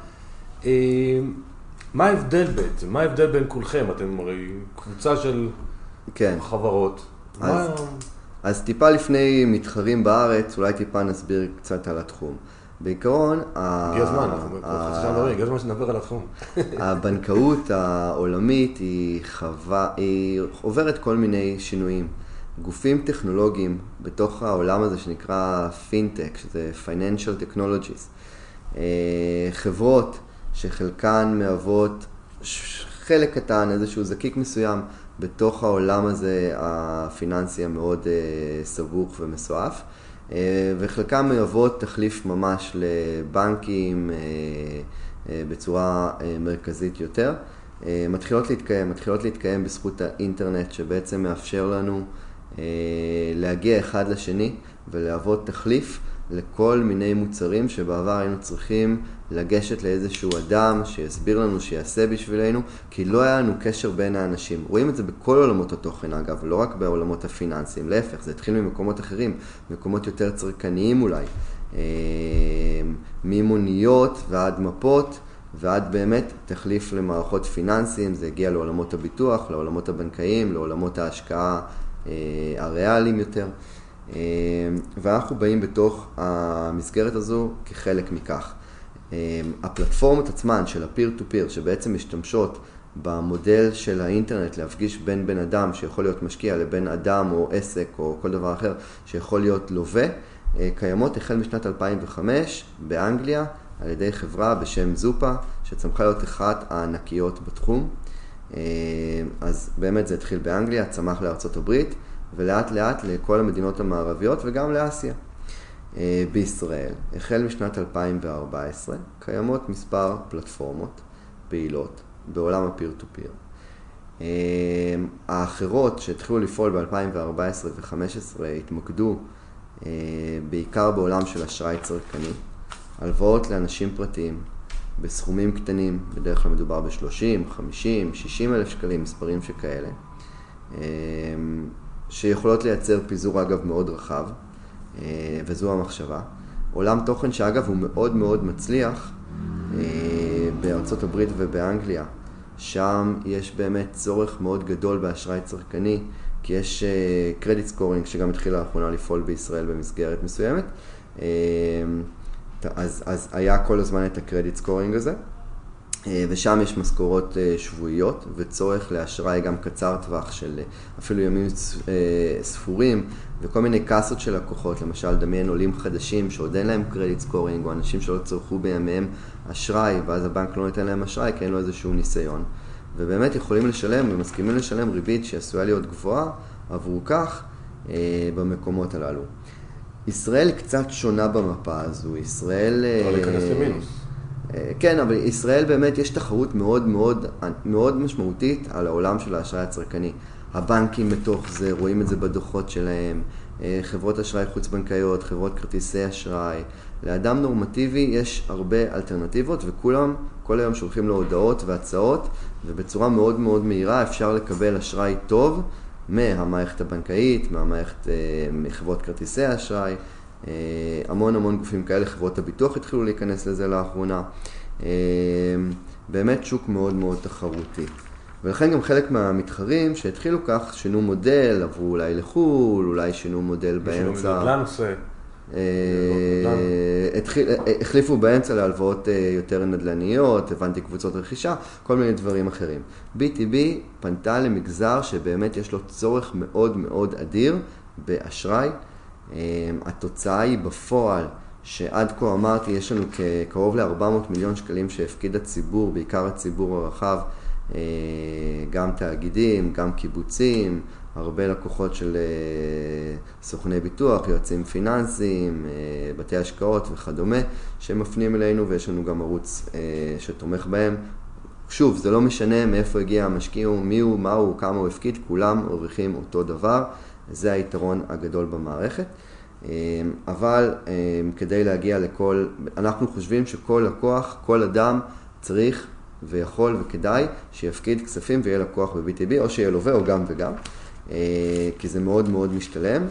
מה ההבדל בעצם? מה ההבדל בין כולכם? אתם הרי קבוצה של חברות. אז טיפה לפני מתחרים בארץ, אולי טיפה נסביר קצת על התחום. בעיקרון, הגיע הזמן שנדבר על התחום. הבנקאות העולמית היא עוברת כל מיני שינויים. גופים טכנולוגיים בתוך העולם הזה שנקרא פינטק, שזה Financial Technologies. חברות שחלקן מהוות חלק קטן, איזשהו זקיק מסוים, בתוך העולם הזה הפיננסי המאוד סבוך ומסועף, וחלקם מהוות תחליף ממש לבנקים בצורה מרכזית יותר. מתחילות להתקיים בזכות האינטרנט, שבעצם מאפשר לנו להגיע אחד לשני ולהוות תחליף לכל מיני מוצרים שבעבר היינו צריכים לגשת לאיזשהו אדם שיסביר לנו, שיעשה בשבילנו, כי לא היה לנו קשר בין האנשים. רואים את זה בכל עולמות התוכן אגב, לא רק בעולמות הפיננסיים, להפך, זה התחיל ממקומות אחרים, מקומות יותר צרכניים אולי, ממוניות ועד מפות, ועד באמת תחליף למערכות פיננסיים, זה הגיע לעולמות הביטוח, לעולמות הבנקאיים, לעולמות ההשקעה הריאליים יותר. ואנחנו באים בתוך המסגרת הזו כחלק מכך. הפלטפורמות עצמן של הפיר טו פיר, שבעצם משתמשות במודל של האינטרנט להפגיש בין בן אדם שיכול להיות משקיע לבין אדם או עסק או כל דבר אחר שיכול להיות לווה, קיימות החל משנת 2005 באנגליה על ידי חברה בשם זופה, שצמחה להיות אחת הענקיות בתחום. אז באמת זה התחיל באנגליה, צמח לארצות הברית, ולאט לאט לכל המדינות המערביות וגם לאסיה. בישראל, החל משנת 2014, קיימות מספר פלטפורמות פעילות בעולם הפיר טו פיר. האחרות שהתחילו לפעול ב-2014 ו-2015 התמקדו בעיקר בעולם של אשראי צרכני, הלוואות לאנשים פרטיים בסכומים קטנים, בדרך כלל מדובר ב-30, 50, 60 אלף שקלים, מספרים שכאלה, שיכולות לייצר פיזור אגב מאוד רחב, וזו המחשבה. עולם תוכן שאגב הוא מאוד מאוד מצליח בארצות הברית ובאנגליה. שם יש באמת צורך מאוד גדול באשראי צרכני, כי יש קרדיט סקורינג שגם התחיל לאחרונה לפעול בישראל במסגרת מסוימת. אז היה כל הזמן את הקרדיט סקורינג הזה, ושם יש משכורות שבועיות וצורך לאשראי גם קצר טווח של אפילו ימים ספורים, וכל מיני קאסות של לקוחות, למשל דמיין עולים חדשים שעוד אין להם קרדיט סקורינג, או אנשים שלא צרכו בימיהם אשראי, ואז הבנק לא נותן להם אשראי כי אין לו איזשהו ניסיון. ובאמת יכולים לשלם ומסכימים לשלם ריבית שעשויה להיות גבוהה עבור כך במקומות הללו. ישראל קצת שונה במפה הזו. ישראל... לא להיכנס למינוס. כן, אבל ישראל באמת יש תחרות מאוד מאוד מאוד משמעותית על העולם של האשראי הצרכני. הבנקים בתוך זה, רואים את זה בדוחות שלהם, חברות אשראי חוץ-בנקאיות, חברות כרטיסי אשראי. לאדם נורמטיבי יש הרבה אלטרנטיבות, וכולם כל היום שולחים לו הודעות והצעות, ובצורה מאוד מאוד מהירה אפשר לקבל אשראי טוב מהמערכת הבנקאית, מחברות כרטיסי אשראי, המון גופים כאלה, חברות הביטוח התחילו להיכנס לזה לאחרונה. באמת שוק מאוד מאוד תחרותי. ולכן גם חלק מהמתחרים שהתחילו כך, שינו מודל, עברו אולי לחול, אולי שינו מודל באמצע. החליפו באמצע להלוואות יותר נדל"ניות, הבנתי קבוצות רכישה, כל מיני דברים אחרים. BTB פנתה למגזר שבאמת יש לו צורך מאוד מאוד אדיר באשראי. התוצאה היא בפועל, שעד כה אמרתי, יש לנו קרוב ל-400 מיליון שקלים שהפקיד הציבור, בעיקר הציבור הרחב, גם תאגידים, גם קיבוצים, הרבה לקוחות של סוכני ביטוח, יועצים פיננסיים, בתי השקעות וכדומה, שמפנים אלינו, ויש לנו גם ערוץ שתומך בהם. שוב, זה לא משנה מאיפה הגיע המשקיע, מי הוא, מה הוא, כמה הוא הפקיד, כולם מרוויחים אותו דבר. זה היתרון הגדול במערכת. אבל כדי להגיע לכל, אנחנו חושבים שכל לקוח, כל אדם צריך ויכול וכדאי שיפקיד כספים ויהיה לקוח ב-BTB, או שיהיה לווה או גם וגם, כי זה מאוד מאוד משתלם,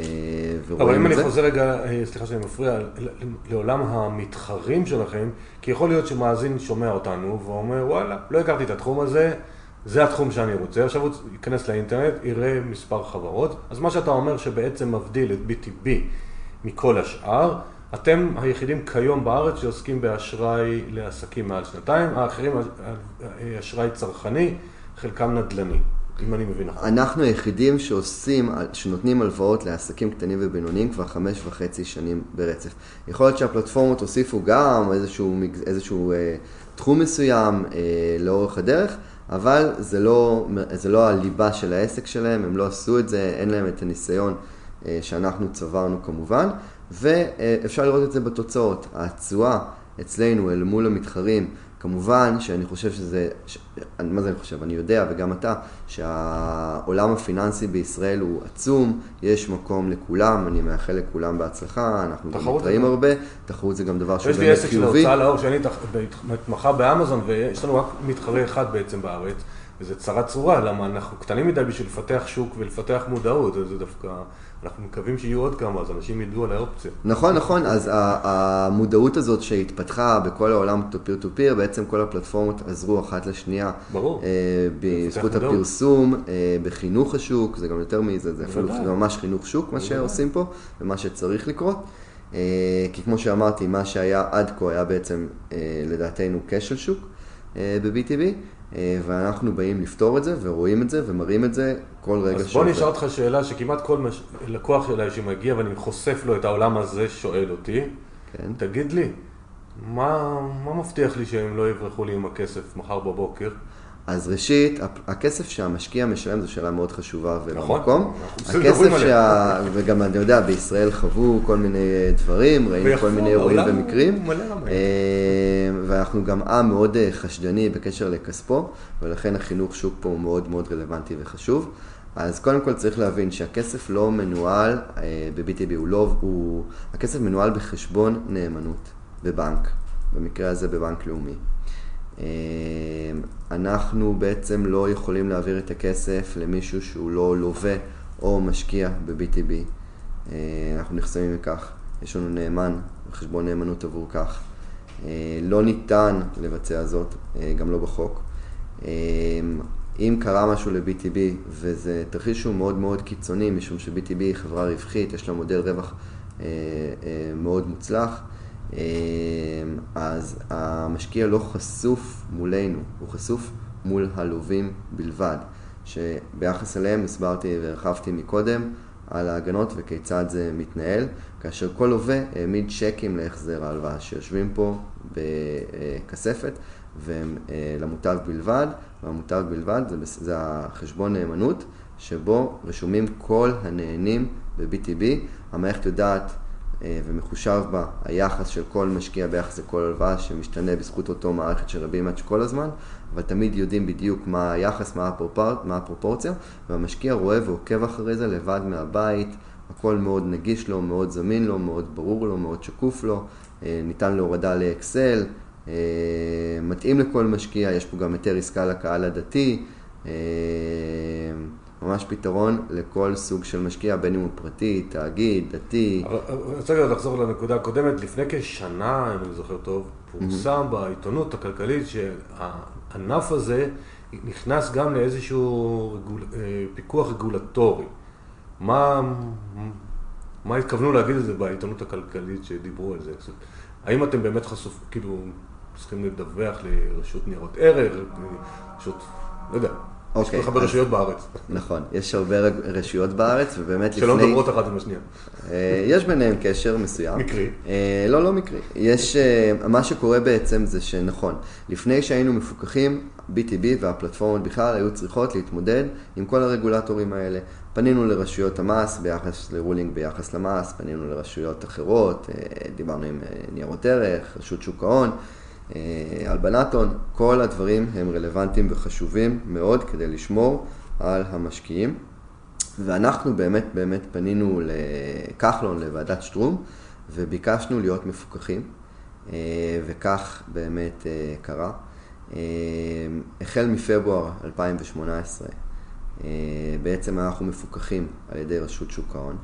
אבל אם אני חוזר רגע, סליחה שאני מפריע, לעולם המתחרים שלכם, כי יכול להיות שמאזין שומע אותנו ואומר, וואלה, לא הכרתי את התחום הזה, זה התחום שאני רוצה, עכשיו הוא ייכנס לאינטרנט, יראה מספר חברות, אז מה שאתה אומר שבעצם מבדיל את BTB מכל השאר, אתם היחידים כיום בארץ שעוסקים באשראי לעסקים מעל 2 האחרים אשראי צרכני, חלקם נדל"ני, אם אני מבין נכון. אנחנו היחידים שנותנים הלוואות לעסקים קטנים ובינוניים כבר 5.5 שנים ברצף. יכול להיות שהפלטפורמות הוסיפו גם איזשהו תחום מסוים לאורך הדרך, אבל זה לא הליבה של העסק שלהם, הם לא עשו את זה, אין להם את הניסיון שאנחנו צברנו כמובן, ואפשר לראות את זה בתוצאות. התשואה אצלנו אל מול המתחרים, כמובן שאני חושב מה זה אני חושב? אני יודע וגם אתה, שהעולם הפיננסי בישראל הוא עצום, יש מקום לכולם, אני מאחל לכולם בהצלחה, אנחנו גם מתראים הרבה, תחרות זה גם דבר שהוא באמת חיובי. יש לי עסק של ההוצאה לאור שאני מתמחה באמזון, ויש לנו רק מתחרה אחד בעצם בארץ, וזה צרה צרורה, למה אנחנו קטנים מדי בשביל לפתח שוק ולפתח מודעות, זה דווקא, אנחנו מקווים שיהיו עוד כמה, אז אנשים ידעו על האופציה. נכון, אז המודעות הזאת שהתפתחה בכל העולם פיר טו פיר, בעצם כל הפלטפורמות עזרו אחת לשנייה. ברור. בזכות הפרסום, בחינוך השוק, זה גם יותר מזה, זה אפילו ממש חינוך שוק, מה שעושים פה, ומה שצריך לקרות. כי כמו שאמרתי, מה שהיה עד כה היה בעצם, לדעתנו, כשל שוק ב-BTB, ואנחנו באים לפתור את זה, ורואים את זה, ומראים את זה כל רגע. אז בוא נשאל אותך שאלה שכמעט כל לקוח שלי שמגיע ואני חושף לו את העולם הזה, שואל אותי, כן. תגיד לי, מה מבטיח לי שהם לא יברחו לי עם הכסף מחר בבוקר? אז ראשית, הכסף שהמשקיע משלם זו שאלה מאוד חשובה נכון, ובמקום. הכסף וגם אני יודע, בישראל חוו כל מיני דברים, ראינו כל מיני אירועים ומקרים, ואנחנו גם עם מאוד חשדני בקשר לכספו, ולכן החינוך שוק פה הוא מאוד מאוד רלוונטי וחשוב. אז קודם כל צריך להבין שהכסף לא מנוהל ב-BTB, הכסף מנוהל בחשבון נאמנות בבנק, במקרה הזה בבנק לאומי. אנחנו בעצם לא יכולים להעביר את הכסף למישהו שהוא לא לווה או משקיע ב-BTB. אנחנו נחסמים מכך. יש לנו נאמן, חשבון נאמנות עבור כך. לא ניתן לבצע זאת, גם לא בחוק. אם קרה משהו ל-BTB, וזה תרחיש שהוא מאוד מאוד קיצוני, משום ש-BTB היא חברה רווחית, יש לה מודל רווח מאוד מוצלח, אז המשקיע לא חשוף מולנו, הוא חשוף מול הלווים בלבד, שביחס אליהם הסברתי והרחבתי מקודם על ההגנות וכיצד זה מתנהל, כאשר כל לווה העמיד צ'קים להחזר ההלוואה שיושבים פה בכספת, והם למוטב בלבד, והמוטב בלבד זה החשבון נאמנות, שבו רשומים כל הנהנים ב-BTB, המערכת יודעת ומחושב בה היחס של כל משקיע ביחס לכל הלוואה שמשתנה בזכות אותו מערכת של רבי מאץ' כל הזמן, אבל תמיד יודעים בדיוק מה היחס, מה הפרופורציה, והמשקיע רואה ועוקב אחרי זה לבד מהבית, הכל מאוד נגיש לו, מאוד זמין לו, מאוד ברור לו, מאוד שקוף לו, ניתן להורדה לאקסל, מתאים לכל משקיע, יש פה גם יותר עסקה לקהל הדתי, ממש פתרון לכל סוג של משקיע, בין אם הוא פרטי, תאגיד, דתי. אני רוצה לחזור לנקודה הקודמת, לפני כשנה, אם אני זוכר טוב, פורסם בעיתונות הכלכלית שהענף הזה נכנס גם לאיזשהו פיקוח רגולטורי. מה התכוונו להגיד את זה בעיתונות הכלכלית שדיברו על זה? האם אתם באמת כאילו צריכים לדווח לרשות ניירות ערך, רשות, לא יודע, יש כל כך הרבה רשויות בארץ. נכון, יש הרבה רשויות בארץ, ובאמת לפני... שלא מדברות אחת עם השנייה. יש ביניהם קשר מסוים. מקרי? לא מקרי. מה שקורה בעצם זה שנכון, לפני שהיינו מפוקחים, BTB והפלטפורמות בכלל היו צריכות להתמודד עם כל הרגולטורים האלה. פנינו לרשויות המס ביחס לרולינג ביחס למס, פנינו לרשויות אחרות, דיברנו עם ניירות ערך, רשות שוק ההון, הלבנת הון, כל הדברים הם רלוונטיים וחשובים מאוד כדי לשמור על המשקיעים. ואנחנו באמת פנינו לכחלון, לוועדת שטרום, וביקשנו להיות מפוקחים, וכך באמת קרה. החל מפברואר 2018, בעצם אנחנו מפוקחים על ידי רשות שוק ההון,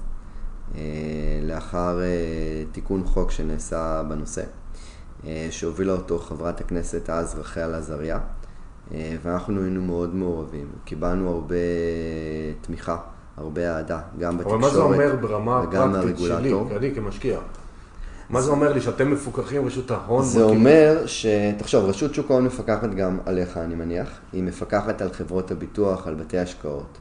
לאחר תיקון חוק שנעשה בנושא, שהובילה אותו חברת הכנסת אז רחל עזריה, ואנחנו היינו מאוד מעורבים. קיבלנו הרבה תמיכה, הרבה אהדה, גם בתקשורת אבל מה זה אומר ברמה וגם הפרקטית שלי, אני כמשקיע? מה זה אומר לי שאתם מפוקחים רשות ההון? זה אומר תחשוב, רשות שוק ההון מפקחת גם עליך, אני מניח. היא מפקחת על חברות הביטוח, על בתי השקעות.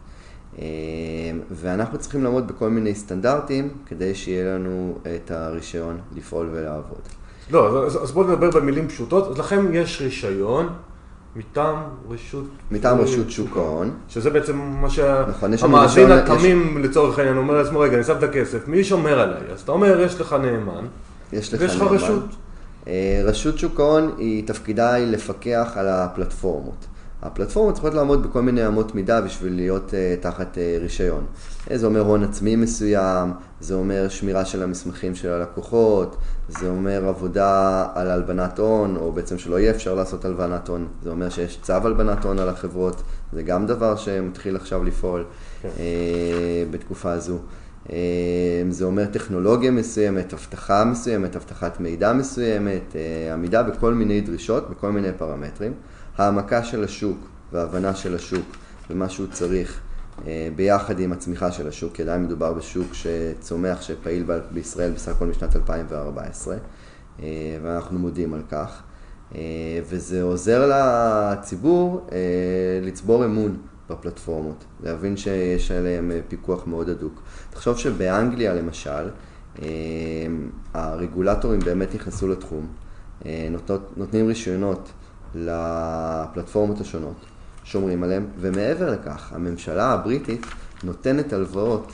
ואנחנו צריכים לעמוד בכל מיני סטנדרטים כדי שיהיה לנו את הרישיון לפעול ולעבוד. לא, אז בואו נדבר במילים פשוטות. אז לכם יש רישיון מטעם רשות שוק ההון. שזה בעצם מה שהמאזין התמים לצורך העניין אומר לעצמו, רגע, אני שם את הכסף, מי שומר עליי? אז אתה אומר, יש לך נאמן, ויש לך רשות. רשות שוק ההון היא תפקידה היא לפקח על הפלטפורמות. הפלטפורמות צריכות לעמוד בכל מיני אמות מידה בשביל להיות תחת רישיון. זה אומר הון עצמי מסוים, זה אומר שמירה של המסמכים של הלקוחות, זה אומר עבודה על הלבנת הון, או בעצם שלא יהיה אפשר לעשות הלבנת הון. זה אומר שיש צו הלבנת הון על החברות, זה גם דבר שמתחיל עכשיו לפעול בתקופה הזו. זה אומר טכנולוגיה מסוימת, הבטחה מסוימת, הבטחת מידע מסוימת, עמידה בכל מיני דרישות, בכל מיני פרמטרים. העמקה של השוק וההבנה של השוק ומה שהוא צריך ביחד עם הצמיחה של השוק, כי עדיין מדובר בשוק שצומח, שפעיל בישראל בסך הכל משנת 2014, ואנחנו מודים על כך. וזה עוזר לציבור לצבור אמון בפלטפורמות, להבין שיש עליהם פיקוח מאוד הדוק. תחשוב שבאנגליה למשל, הרגולטורים באמת נכנסו לתחום, נותנים רישיונות לפלטפורמות השונות, שומרים עליהם, ומעבר לכך, הממשלה הבריטית נותנת הלוואות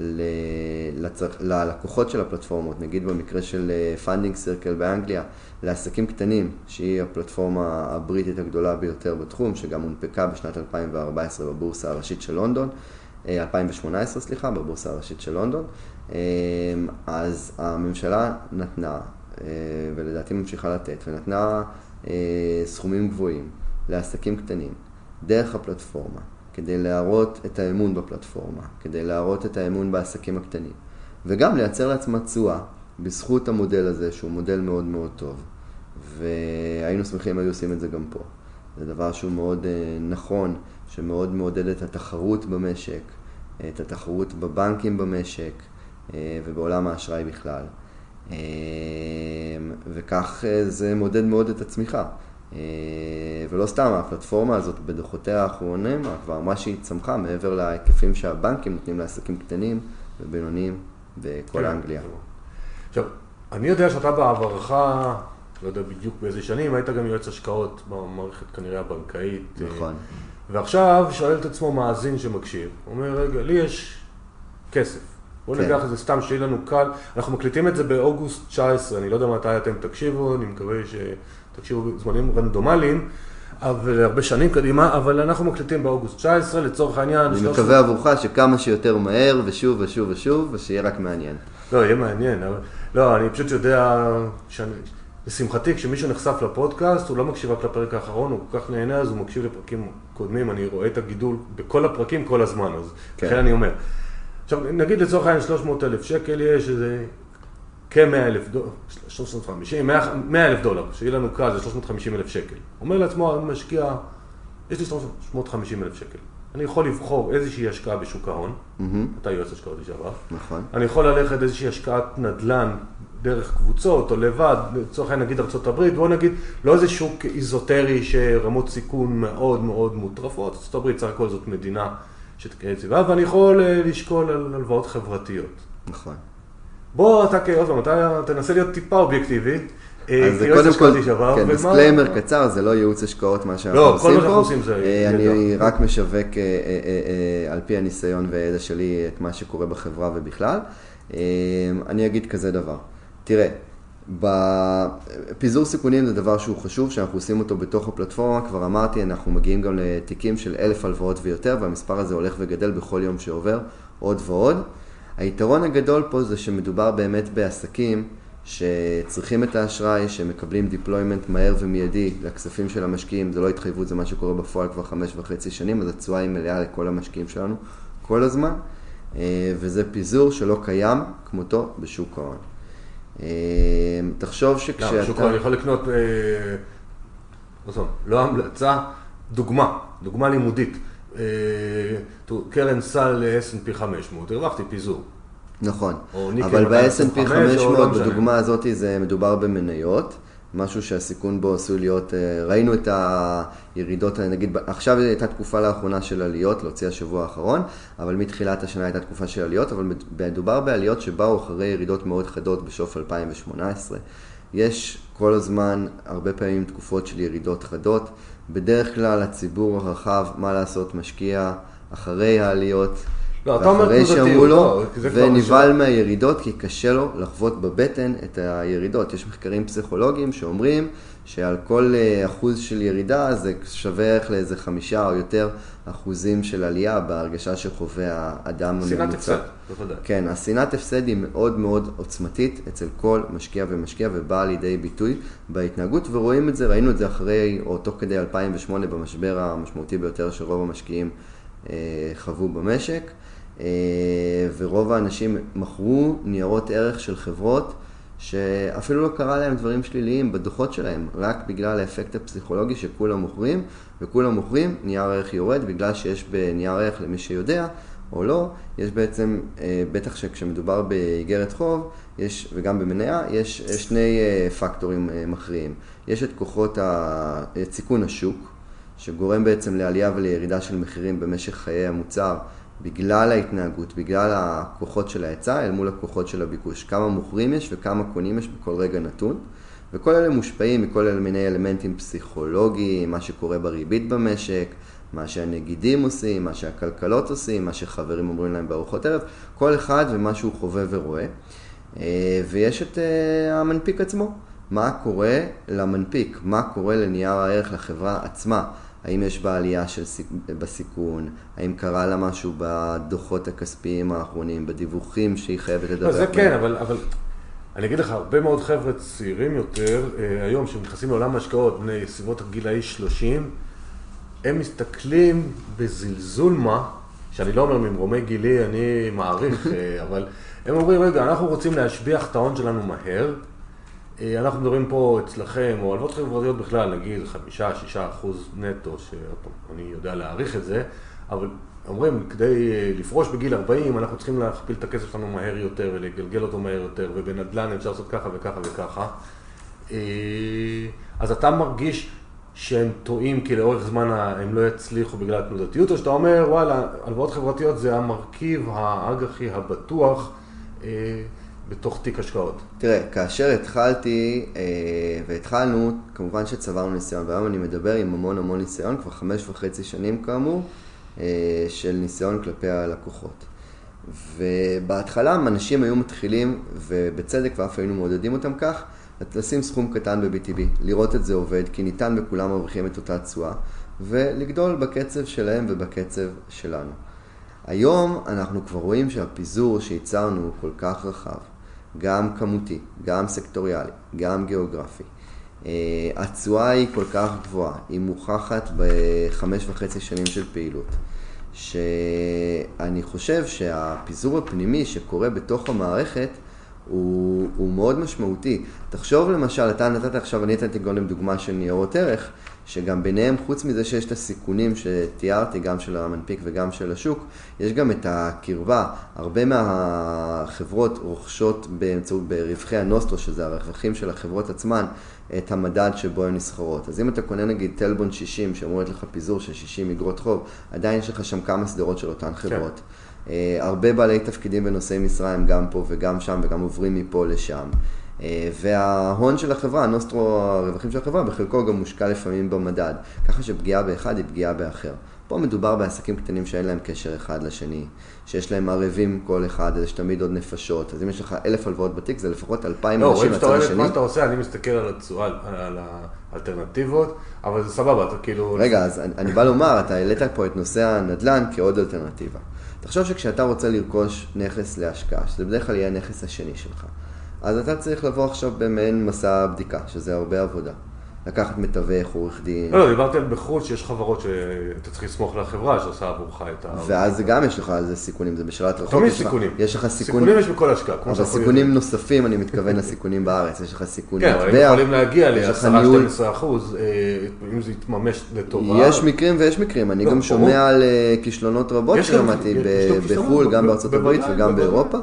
ללקוחות של הפלטפורמות, נגיד במקרה של Funding Circle באנגליה, לעסקים קטנים, שהיא הפלטפורמה הבריטית הגדולה ביותר בתחום, שגם הונפקה בשנת 2014 בבורסה הראשית של לונדון, 2018 סליחה, בבורסה הראשית של לונדון, אז הממשלה נתנה, ולדעתי ממשיכה לתת, ונתנה סכומים גבוהים לעסקים קטנים דרך הפלטפורמה, כדי להראות את האמון בפלטפורמה, כדי להראות את האמון בעסקים הקטנים, וגם לייצר לעצמה תשואה בזכות המודל הזה, שהוא מודל מאוד מאוד טוב, והיינו שמחים היו עושים את זה גם פה. זה דבר שהוא מאוד נכון, שמאוד מעודד את התחרות במשק, את התחרות בבנקים במשק, ובעולם האשראי בכלל. וכך זה מודד מאוד את הצמיחה. ולא סתם, הפלטפורמה הזאת בדוחותיה האחרונים, כבר מה שהיא צמחה מעבר להיקפים שהבנקים נותנים לעסקים קטנים ובינוניים בכל אנגליה. עכשיו, אני יודע שאתה בעברך, לא יודע בדיוק באיזה שנים, היית גם יועץ השקעות במערכת כנראה הבנקאית. נכון. ועכשיו שואל את עצמו מאזין שמקשיב, הוא אומר, רגע, לי יש כסף. בואו ניקח את זה סתם שיהיה לנו קל. אנחנו מקליטים את זה באוגוסט 19, אני לא יודע מתי אתם תקשיבו, אני מקווה שתקשיבו בזמנים רנדומליים, אבל הרבה שנים קדימה, אבל אנחנו מקליטים באוגוסט 19, לצורך העניין. אני מקווה עבורך שכמה שיותר מהר, ושוב ושוב ושוב, ושיהיה רק מעניין. לא, יהיה מעניין, אבל לא, אני פשוט יודע לשמחתי, כשמישהו נחשף לפודקאסט, הוא לא מקשיב רק לפרק האחרון, הוא כל כך נהנה, אז הוא מקשיב לפרקים קודמים, אני רואה את הגידול בכל הפרקים כל הזמן, אז לכן אני אומר. עכשיו, נגיד לצורך העניין 300,000 שקל יש איזה כ-100,000 דולר, 350, 100,000 דולר, שיהיה לנו קל, זה 350,000 שקל. אומר לעצמו, אני משקיע, יש לי 350,000 שקל. אני יכול לבחור איזושהי השקעה בשוק ההון, אתה יועץ השקעות לשעבר. נכון. אני יכול ללכת איזושהי השקעת נדל"ן דרך קבוצות או לבד, לצורך העניין נגיד ארצות הברית, בואו נגיד, לא איזה שוק איזוטרי שרמות סיכון מאוד מאוד מוטרפות, ארצות הברית סך הכל זאת מדינה שתקרא יציבה, ואני יכול לשקול על הלוואות חברתיות. נכון. בוא אתה כאוזמן, אתה תנסה להיות טיפה אובייקטיבי, אז זה קודם כל, כן, דיסקליימר קצר, זה לא ייעוץ השקעות מה שאנחנו עושים פה. לא, כל מה שאנחנו עושים זה... אני רק משווק על פי הניסיון והידע שלי את מה שקורה בחברה ובכלל. אני אגיד כזה דבר. תראה, פיזור סיכונים זה דבר שהוא חשוב, שאנחנו עושים אותו בתוך הפלטפורמה. כבר אמרתי, אנחנו מגיעים גם לתיקים של 1,000 הלוואות ויותר, והמספר הזה הולך וגדל בכל יום שעובר עוד ועוד. היתרון הגדול פה זה שמדובר באמת בעסקים שצריכים את האשראי, שמקבלים דיפלוימנט מהר ומיידי לכספים של המשקיעים. זה לא התחייבות, זה מה שקורה בפועל כבר 5.5 שנים, אז התשואה היא מלאה לכל המשקיעים שלנו כל הזמן, וזה פיזור שלא קיים כמותו בשוק ההון. תחשוב שכשאתה... שוק ההון יכול לקנות, לא המלצה, דוגמה לימודית. קרן סל ל-S&P 500, הרווחתי פיזור. נכון, אבל ב-S&P 500 בדוגמה הזאת זה מדובר במניות, משהו שהסיכון בו עשוי להיות, ראינו את הירידות, נגיד עכשיו הייתה תקופה לאחרונה של עליות, להוציא השבוע האחרון, אבל מתחילת השנה הייתה תקופה של עליות, אבל מדובר בעליות שבאו אחרי ירידות מאוד חדות בסוף 2018. יש כל הזמן הרבה פעמים תקופות של ירידות חדות, בדרך כלל הציבור הרחב, מה לעשות, משקיע אחרי העליות, ואחרי שאמרו לו, ונבעל מהירידות, כי קשה לו לחוות בבטן את הירידות. יש מחקרים פסיכולוגיים שאומרים שעל כל אחוז של ירידה זה שווה איך לאיזה 5 או יותר אחוזים של עלייה בהרגשה שחווה האדם הממוצע. שנאת הפסד, בוודאי. כן, השנאת הפסד היא מאוד מאוד עוצמתית אצל כל משקיע ומשקיע, ובאה לידי ביטוי בהתנהגות, ורואים את זה, ראינו את זה אחרי או תוך כדי 2008 במשבר המשמעותי ביותר שרוב המשקיעים חוו במשק. ורוב האנשים מכרו ניירות ערך של חברות שאפילו לא קרה להם דברים שליליים בדוחות שלהם, רק בגלל האפקט הפסיכולוגי שכולם מוכרים, וכולם מוכרים, נייר ערך יורד, בגלל שיש בנייר ערך, למי שיודע או לא, יש בעצם, בטח שכשמדובר באיגרת חוב, וגם במניה, יש שני פקטורים מכריעים. יש את כוחות סיכון השוק, שגורם בעצם לעלייה ולירידה של מחירים במשך חיי המוצר, בגלל ההתנהגות, בגלל הכוחות של ההיצע, אל מול הכוחות של הביקוש. כמה מוכרים יש וכמה קונים יש בכל רגע נתון. וכל אלה מושפעים מכל מיני אלמנטים פסיכולוגיים, מה שקורה בריבית במשק, מה שהנגידים עושים, מה שהכלכלות עושים, מה שחברים אומרים להם בארוחות ערב, כל אחד ומה שהוא חווה ורואה. ויש את המנפיק עצמו. מה קורה למנפיק? מה קורה לנייר הערך לחברה עצמה? האם יש בה עלייה בסיכון? האם קרה לה משהו בדוחות הכספיים האחרונים, בדיווחים שהיא חייבת לדווח? זה כן, אבל אני אגיד לך, הרבה מאוד חבר'ה צעירים יותר, היום שמתייחסים לעולם ההשקעות, בני סביבות הגילאי 30, הם מסתכלים בזלזול מה, שאני לא אומר ממרומי גילי, אני מעריך, אבל הם אומרים, רגע, אנחנו רוצים להשביח את ההון שלנו מהר, אנחנו מדברים פה אצלכם, או הלוואות חברתיות בכלל, נגיד 5-6% נטו, שאני יודע להעריך את זה, אבל אומרים, כדי לפרוש בגיל 40, אנחנו צריכים להכפיל את הכסף שלנו מהר יותר, ולגלגל אותו מהר יותר, ובנדל"ן אפשר לעשות ככה וככה וככה. אז אתה מרגיש שהם טועים, כי לאורך זמן הם לא יצליחו בגלל התנודתיות, או שאתה אומר, וואלה, הלוואות חברתיות זה המרכיב האג"חי הבטוח, בתוך תיק השקעות. תראה, כאשר והתחלנו, כמובן שצברנו ניסיון, והיום אני מדבר עם המון ניסיון, כבר 5.5 שנים כאמור, של ניסיון כלפי הלקוחות. ובהתחלה אנשים היו מתחילים, ובצדק ואף היינו מעודדים אותם כך, לשים סכום קטן ב-BTB, לראות את זה עובד, כי ניתן בכולם מרוויחים את אותה תשואה, ולגדול בקצב שלהם ובקצב שלנו. היום אנחנו כבר רואים שהפיזור שייצרנו הוא כל כך רחב, גם כמותי, גם סקטוריאלי, גם גיאוגרפי. התשואה היא כל כך גבוהה, היא מוכחת ב5.5 שנים של פעילות, שאני חושב שהפיזור הפנימי שקורה בתוך המערכת הוא מאוד משמעותי. תחשוב למשל, אתה נתת עכשיו, אני נתתי קודם דוגמה של ניירות ערך, שגם ביניהם, חוץ מזה שיש את הסיכונים שתיארתי, גם של המנפיק וגם של השוק, יש גם את הקרבה. הרבה מהחברות רוכשות ברווחי הנוסטרו, שזה הרווחים של החברות עצמן, את המדד שבו הן נסחרות. אז אם אתה קונה נגיד טלבון 60, שאמור להיות לך פיזור של 60 אגרות חוב, עדיין יש לך שם כמה סדרות של אותן חברות. כן. הרבה בעלי תפקידים בנושאי משרה הם גם פה וגם שם, וגם עוברים מפה לשם. וההון של החברה, הנוסטרו, הרווחים של החברה, בחלקו גם מושקע לפעמים במדד. ככה שפגיעה באחד היא פגיעה באחר. פה מדובר בעסקים קטנים שאין להם קשר אחד לשני, שיש להם ערבים כל אחד, יש תמיד עוד נפשות. אז אם יש לך 1,000 הלוואות בתיק, זה לפחות 2,000 אנשים מהצד השני. מה שאתה עושה, אני מסתכל על התשואה, על האלטרנטיבות, אבל זה סבבה, אתה כאילו... רגע, אז אני בא לומר, אתה העלית פה את נושא הנדל"ן כעוד אלטרנטיבה. תחשוב שכשאתה רוצה לרכוש נכס להשקעה, שזה בדרך כלל יהיה הנכס השני שלך, אז אתה צריך לבוא עכשיו במעין מסע בדיקה, שזה הרבה עבודה. לקחת מתווך, עורך דין. לא, דיברתי על בחוץ שיש חברות שאתה צריך לסמוך לחברה שעושה עבורך את ה... ואז גם יש לך על זה סיכונים, זה בשאלת רחוק. תמיד סיכונים. יש לך סיכונים יש בכל השקעה. אבל סיכונים נוספים, אני מתכוון לסיכונים בארץ. יש לך סיכון מטבע. כן, אבל הם יכולים להגיע ל10-12%, אם זה יתממש לטובה. יש מקרים ויש מקרים. אני גם שומע על כישלונות רבות ששמעתי בחו"ל, גם בארצות הברית וגם באירופה.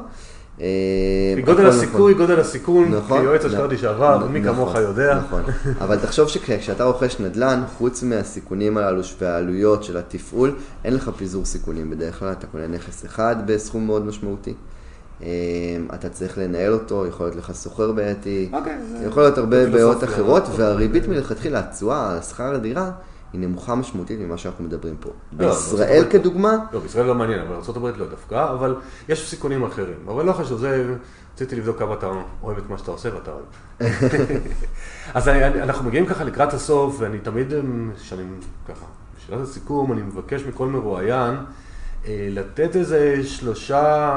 גודל הסיכוי, גודל הסיכון, כיועץ השקעות לשעבר, מי כמוך יודע. נכון, אבל תחשוב שכשאתה רוכש נדל"ן, חוץ מהסיכונים הללו והעלויות של התפעול, אין לך פיזור סיכונים בדרך כלל, אתה קונה נכס אחד בסכום מאוד משמעותי. אתה צריך לנהל אותו, יכול להיות לך סוחר בעייתי, יכול להיות הרבה בעיות אחרות, והריבית מלכתחילה, התשואה, השכר הדירה, היא נמוכה משמעותית ממה שאנחנו מדברים פה. בישראל כדוגמה... לא, בישראל לא מעניין, אבל ארצות הברית לא דווקא, אבל יש סיכונים אחרים. אבל לא חשוב, זה... רציתי לבדוק כמה אתה אוהב את מה שאתה עושה ואתה אוהב. אז אנחנו מגיעים ככה לקראת הסוף, ואני תמיד, שאני ככה, בשאלת הסיכום, אני מבקש מכל מרואיין, לתת איזה 3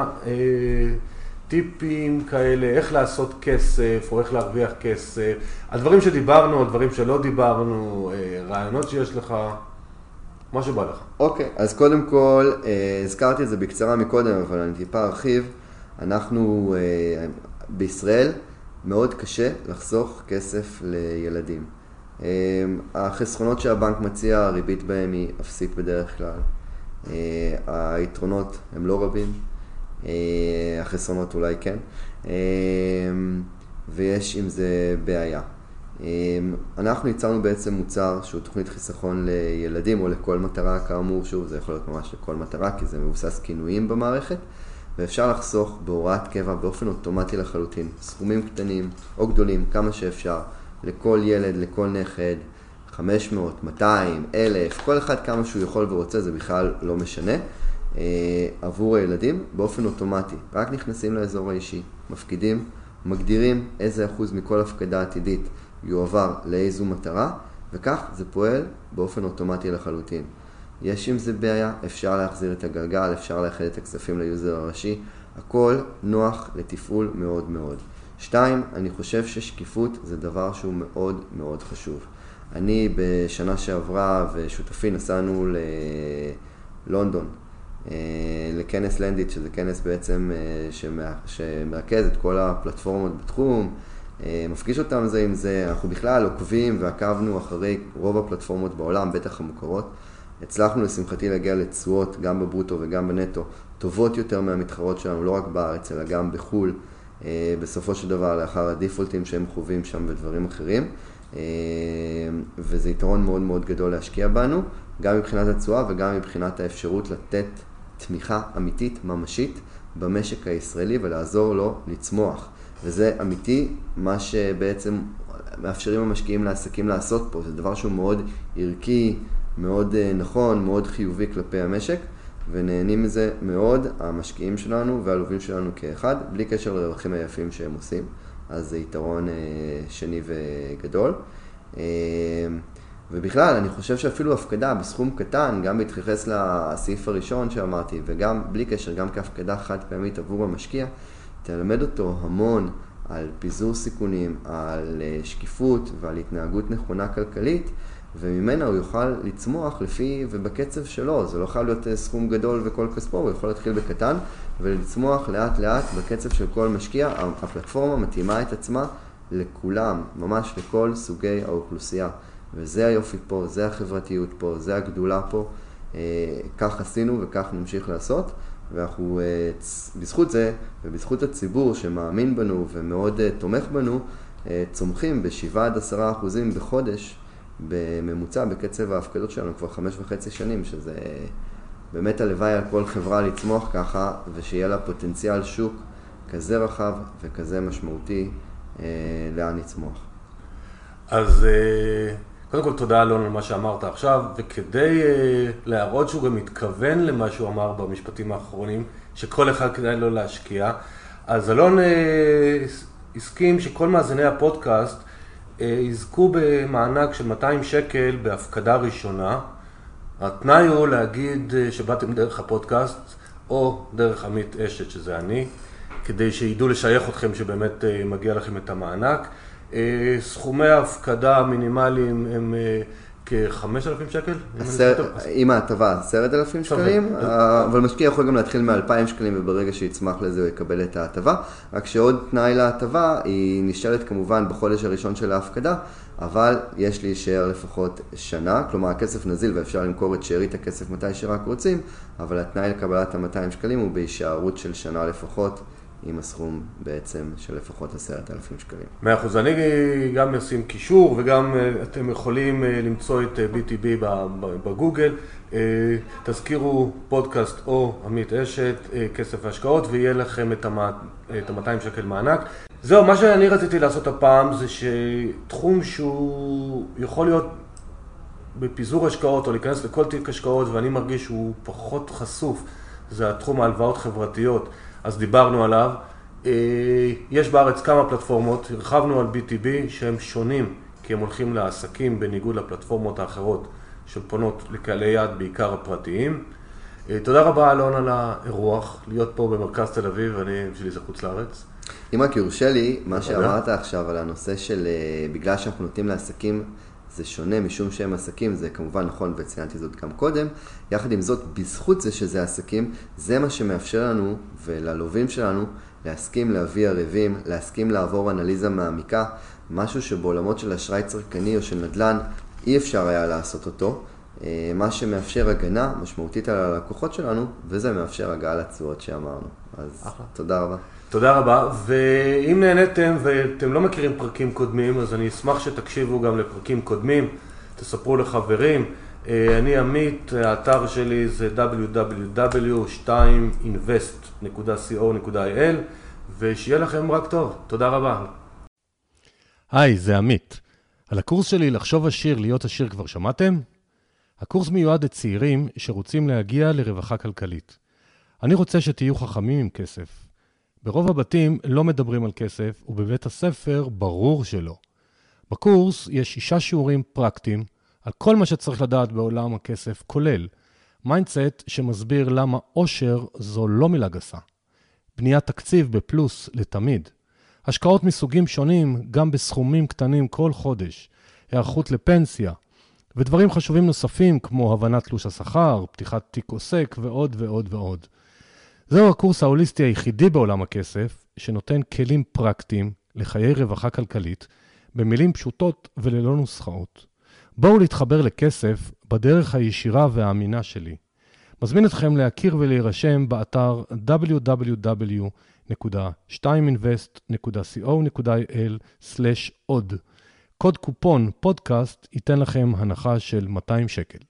טיפים כאלה, איך לעשות כסף, או איך להרוויח כסף, הדברים שדיברנו, הדברים שלא דיברנו, רעיונות שיש לך, מה שבא לך. אוקיי, אז קודם כל, הזכרתי את זה בקצרה מקודם, אבל אני טיפה ארחיב. אנחנו בישראל מאוד קשה לחסוך כסף לילדים. החסכונות שהבנק מציע, הריבית בהם היא אפסית בדרך כלל. היתרונות הם לא רבים. החסרונות אולי כן, ויש עם זה בעיה. אנחנו ייצרנו בעצם מוצר שהוא תוכנית חיסכון לילדים או לכל מטרה, כאמור, שוב, זה יכול להיות ממש לכל מטרה, כי זה מבוסס כינויים במערכת, ואפשר לחסוך בהוראת קבע באופן אוטומטי לחלוטין, סכומים קטנים או גדולים, כמה שאפשר, לכל ילד, לכל נכד, 500, 200, 1,000, כל אחד כמה שהוא יכול ורוצה, זה בכלל לא משנה. עבור הילדים באופן אוטומטי, רק נכנסים לאזור האישי, מפקידים, מגדירים איזה אחוז מכל הפקדה עתידית יועבר לאיזו מטרה, וכך זה פועל באופן אוטומטי לחלוטין. יש עם זה בעיה, אפשר להחזיר את הגלגל, אפשר לאחד את הכספים ליוזר הראשי, הכל נוח לתפעול מאוד מאוד. 2, אני חושב ששקיפות זה דבר שהוא מאוד מאוד חשוב. אני בשנה שעברה ושותפי נסענו ללונדון, לכנס לנדיט, שזה כנס בעצם שמרכז את כל הפלטפורמות בתחום, מפגיש אותם זה עם זה, אנחנו בכלל עוקבים ועקבנו אחרי רוב הפלטפורמות בעולם, בטח המוכרות. הצלחנו לשמחתי להגיע לתשואות, גם בברוטו וגם בנטו, טובות יותר מהמתחרות שלנו, לא רק בארץ, אלא גם בחול, בסופו של דבר לאחר הדיפולטים שהם חווים שם ודברים אחרים. וזה יתרון מאוד מאוד גדול להשקיע בנו, גם מבחינת התשואה וגם מבחינת האפשרות לתת תמיכה אמיתית, ממשית, במשק הישראלי ולעזור לו לצמוח. וזה אמיתי, מה שבעצם מאפשרים המשקיעים לעסקים לעשות פה. זה דבר שהוא מאוד ערכי, מאוד נכון, מאוד חיובי כלפי המשק, ונהנים מזה מאוד המשקיעים שלנו והלווים שלנו כאחד, בלי קשר לרווחים היפים שהם עושים. אז זה יתרון שני וגדול. ובכלל, אני חושב שאפילו הפקדה בסכום קטן, גם בהתייחס לסעיף הראשון שאמרתי, וגם בלי קשר, גם כהפקדה חד פעמית עבור המשקיע, תלמד אותו המון על פיזור סיכונים, על שקיפות ועל התנהגות נכונה כלכלית, וממנה הוא יוכל לצמוח לפי ובקצב שלו. זה לא חייב להיות סכום גדול וכל כספו, הוא יכול להתחיל בקטן ולצמוח לאט לאט בקצב של כל משקיע. הפלטפורמה מתאימה את עצמה לכולם, ממש לכל סוגי האוכלוסייה. וזה היופי פה, זה החברתיות פה, זה הגדולה פה. כך עשינו וכך נמשיך לעשות. ואנחנו בזכות זה ובזכות הציבור שמאמין בנו ומאוד תומך בנו, צומחים ב7-10% בחודש בממוצע בקצב ההפקדות שלנו כבר 5.5 שנים, שזה באמת הלוואי על כל חברה לצמוח ככה, ושיהיה לה פוטנציאל שוק כזה רחב וכזה משמעותי לאן לצמוח. אז קודם כל תודה אלון על מה שאמרת עכשיו, וכדי להראות שהוא גם מתכוון למה שהוא אמר במשפטים האחרונים, שכל אחד כדאי לו להשקיע, אז אלון הסכים שכל מאזיני הפודקאסט יזכו במענק של 200 שקל בהפקדה ראשונה. התנאי הוא להגיד שבאתם דרך הפודקאסט או דרך עמית אשת, שזה אני, כדי שידעו לשייך אתכם שבאמת מגיע לכם את המענק. סכומי ההפקדה המינימליים הם כ-5,000 שקל? עם ההטבה 10,000 שקלים, אבל משקיע יכול גם להתחיל מ-2,000 שקלים, וברגע שיצמח לזה הוא יקבל את ההטבה. רק שעוד תנאי להטבה היא נשאלת כמובן בחודש הראשון של ההפקדה, אבל יש להישאר לפחות שנה, כלומר הכסף נזיל ואפשר למכור את שארית הכסף מתי שרק רוצים, אבל התנאי לקבלת ה-200 שקלים הוא בהישארות של שנה לפחות, עם הסכום בעצם של לפחות 10,000 שקלים. 100%. אני גם אשים קישור, וגם אתם יכולים למצוא את BTB בגוגל. תזכירו פודקאסט או עמית אשת, כסף והשקעות, ויהיה לכם את ה-200 שקל מענק. זהו, מה שאני רציתי לעשות הפעם זה שתחום שהוא יכול להיות בפיזור השקעות או להיכנס לכל תיק השקעות, ואני מרגיש שהוא פחות חשוף, זה התחום ההלוואות חברתיות. אז דיברנו עליו. יש בארץ כמה פלטפורמות, הרחבנו על BTB שהם שונים, כי הם הולכים לעסקים בניגוד לפלטפורמות האחרות שפונות לקהלי יעד, בעיקר הפרטיים. תודה רבה אלון על האירוח, להיות פה במרכז תל אביב, בשבילי זה חוץ לארץ. אם רק יורשה לי, מה שאמרת עכשיו על הנושא של בגלל שאנחנו נותנים לעסקים, זה שונה משום שהם עסקים, זה כמובן נכון וציינתי זאת גם קודם. יחד עם זאת, בזכות זה שזה עסקים, זה מה שמאפשר לנו וללווים שלנו להסכים להביא ערבים, להסכים לעבור אנליזה מעמיקה, משהו שבעולמות של אשראי צרכני או של נדל"ן אי אפשר היה לעשות אותו, מה שמאפשר הגנה משמעותית על הלקוחות שלנו, וזה מאפשר הגעה לתשואות שאמרנו. אז תודה רבה. תודה רבה, ואם נהניתם ואתם לא מכירים פרקים קודמים, אז אני אשמח שתקשיבו גם לפרקים קודמים, תספרו לחברים. אני עמית, האתר שלי זה www.2invest.co.il, ושיהיה לכם רק טוב. תודה רבה. היי, זה עמית. על הקורס שלי לחשוב עשיר, להיות עשיר כבר שמעתם? הקורס מיועד לצעירים שרוצים להגיע לרווחה כלכלית. אני רוצה שתהיו חכמים עם כסף. ברוב הבתים לא מדברים על כסף, ובבית הספר ברור שלא. בקורס יש 6 שיעורים פרקטיים על כל מה שצריך לדעת בעולם הכסף, כולל מיינדסט שמסביר למה עושר זו לא מילה גסה. בניית תקציב בפלוס לתמיד. השקעות מסוגים שונים גם בסכומים קטנים כל חודש. היערכות לפנסיה. ודברים חשובים נוספים כמו הבנת תלוש השכר, פתיחת תיק עוסק ועוד ועוד ועוד. זהו הקורס ההוליסטי היחידי בעולם הכסף, שנותן כלים פרקטיים לחיי רווחה כלכלית, במילים פשוטות וללא נוסחאות. בואו להתחבר לכסף בדרך הישירה והאמינה שלי. מזמין אתכם להכיר ולהירשם באתר www.2invest.co.il/עוד. קוד קופון פודקאסט ייתן לכם הנחה של 200 שקל.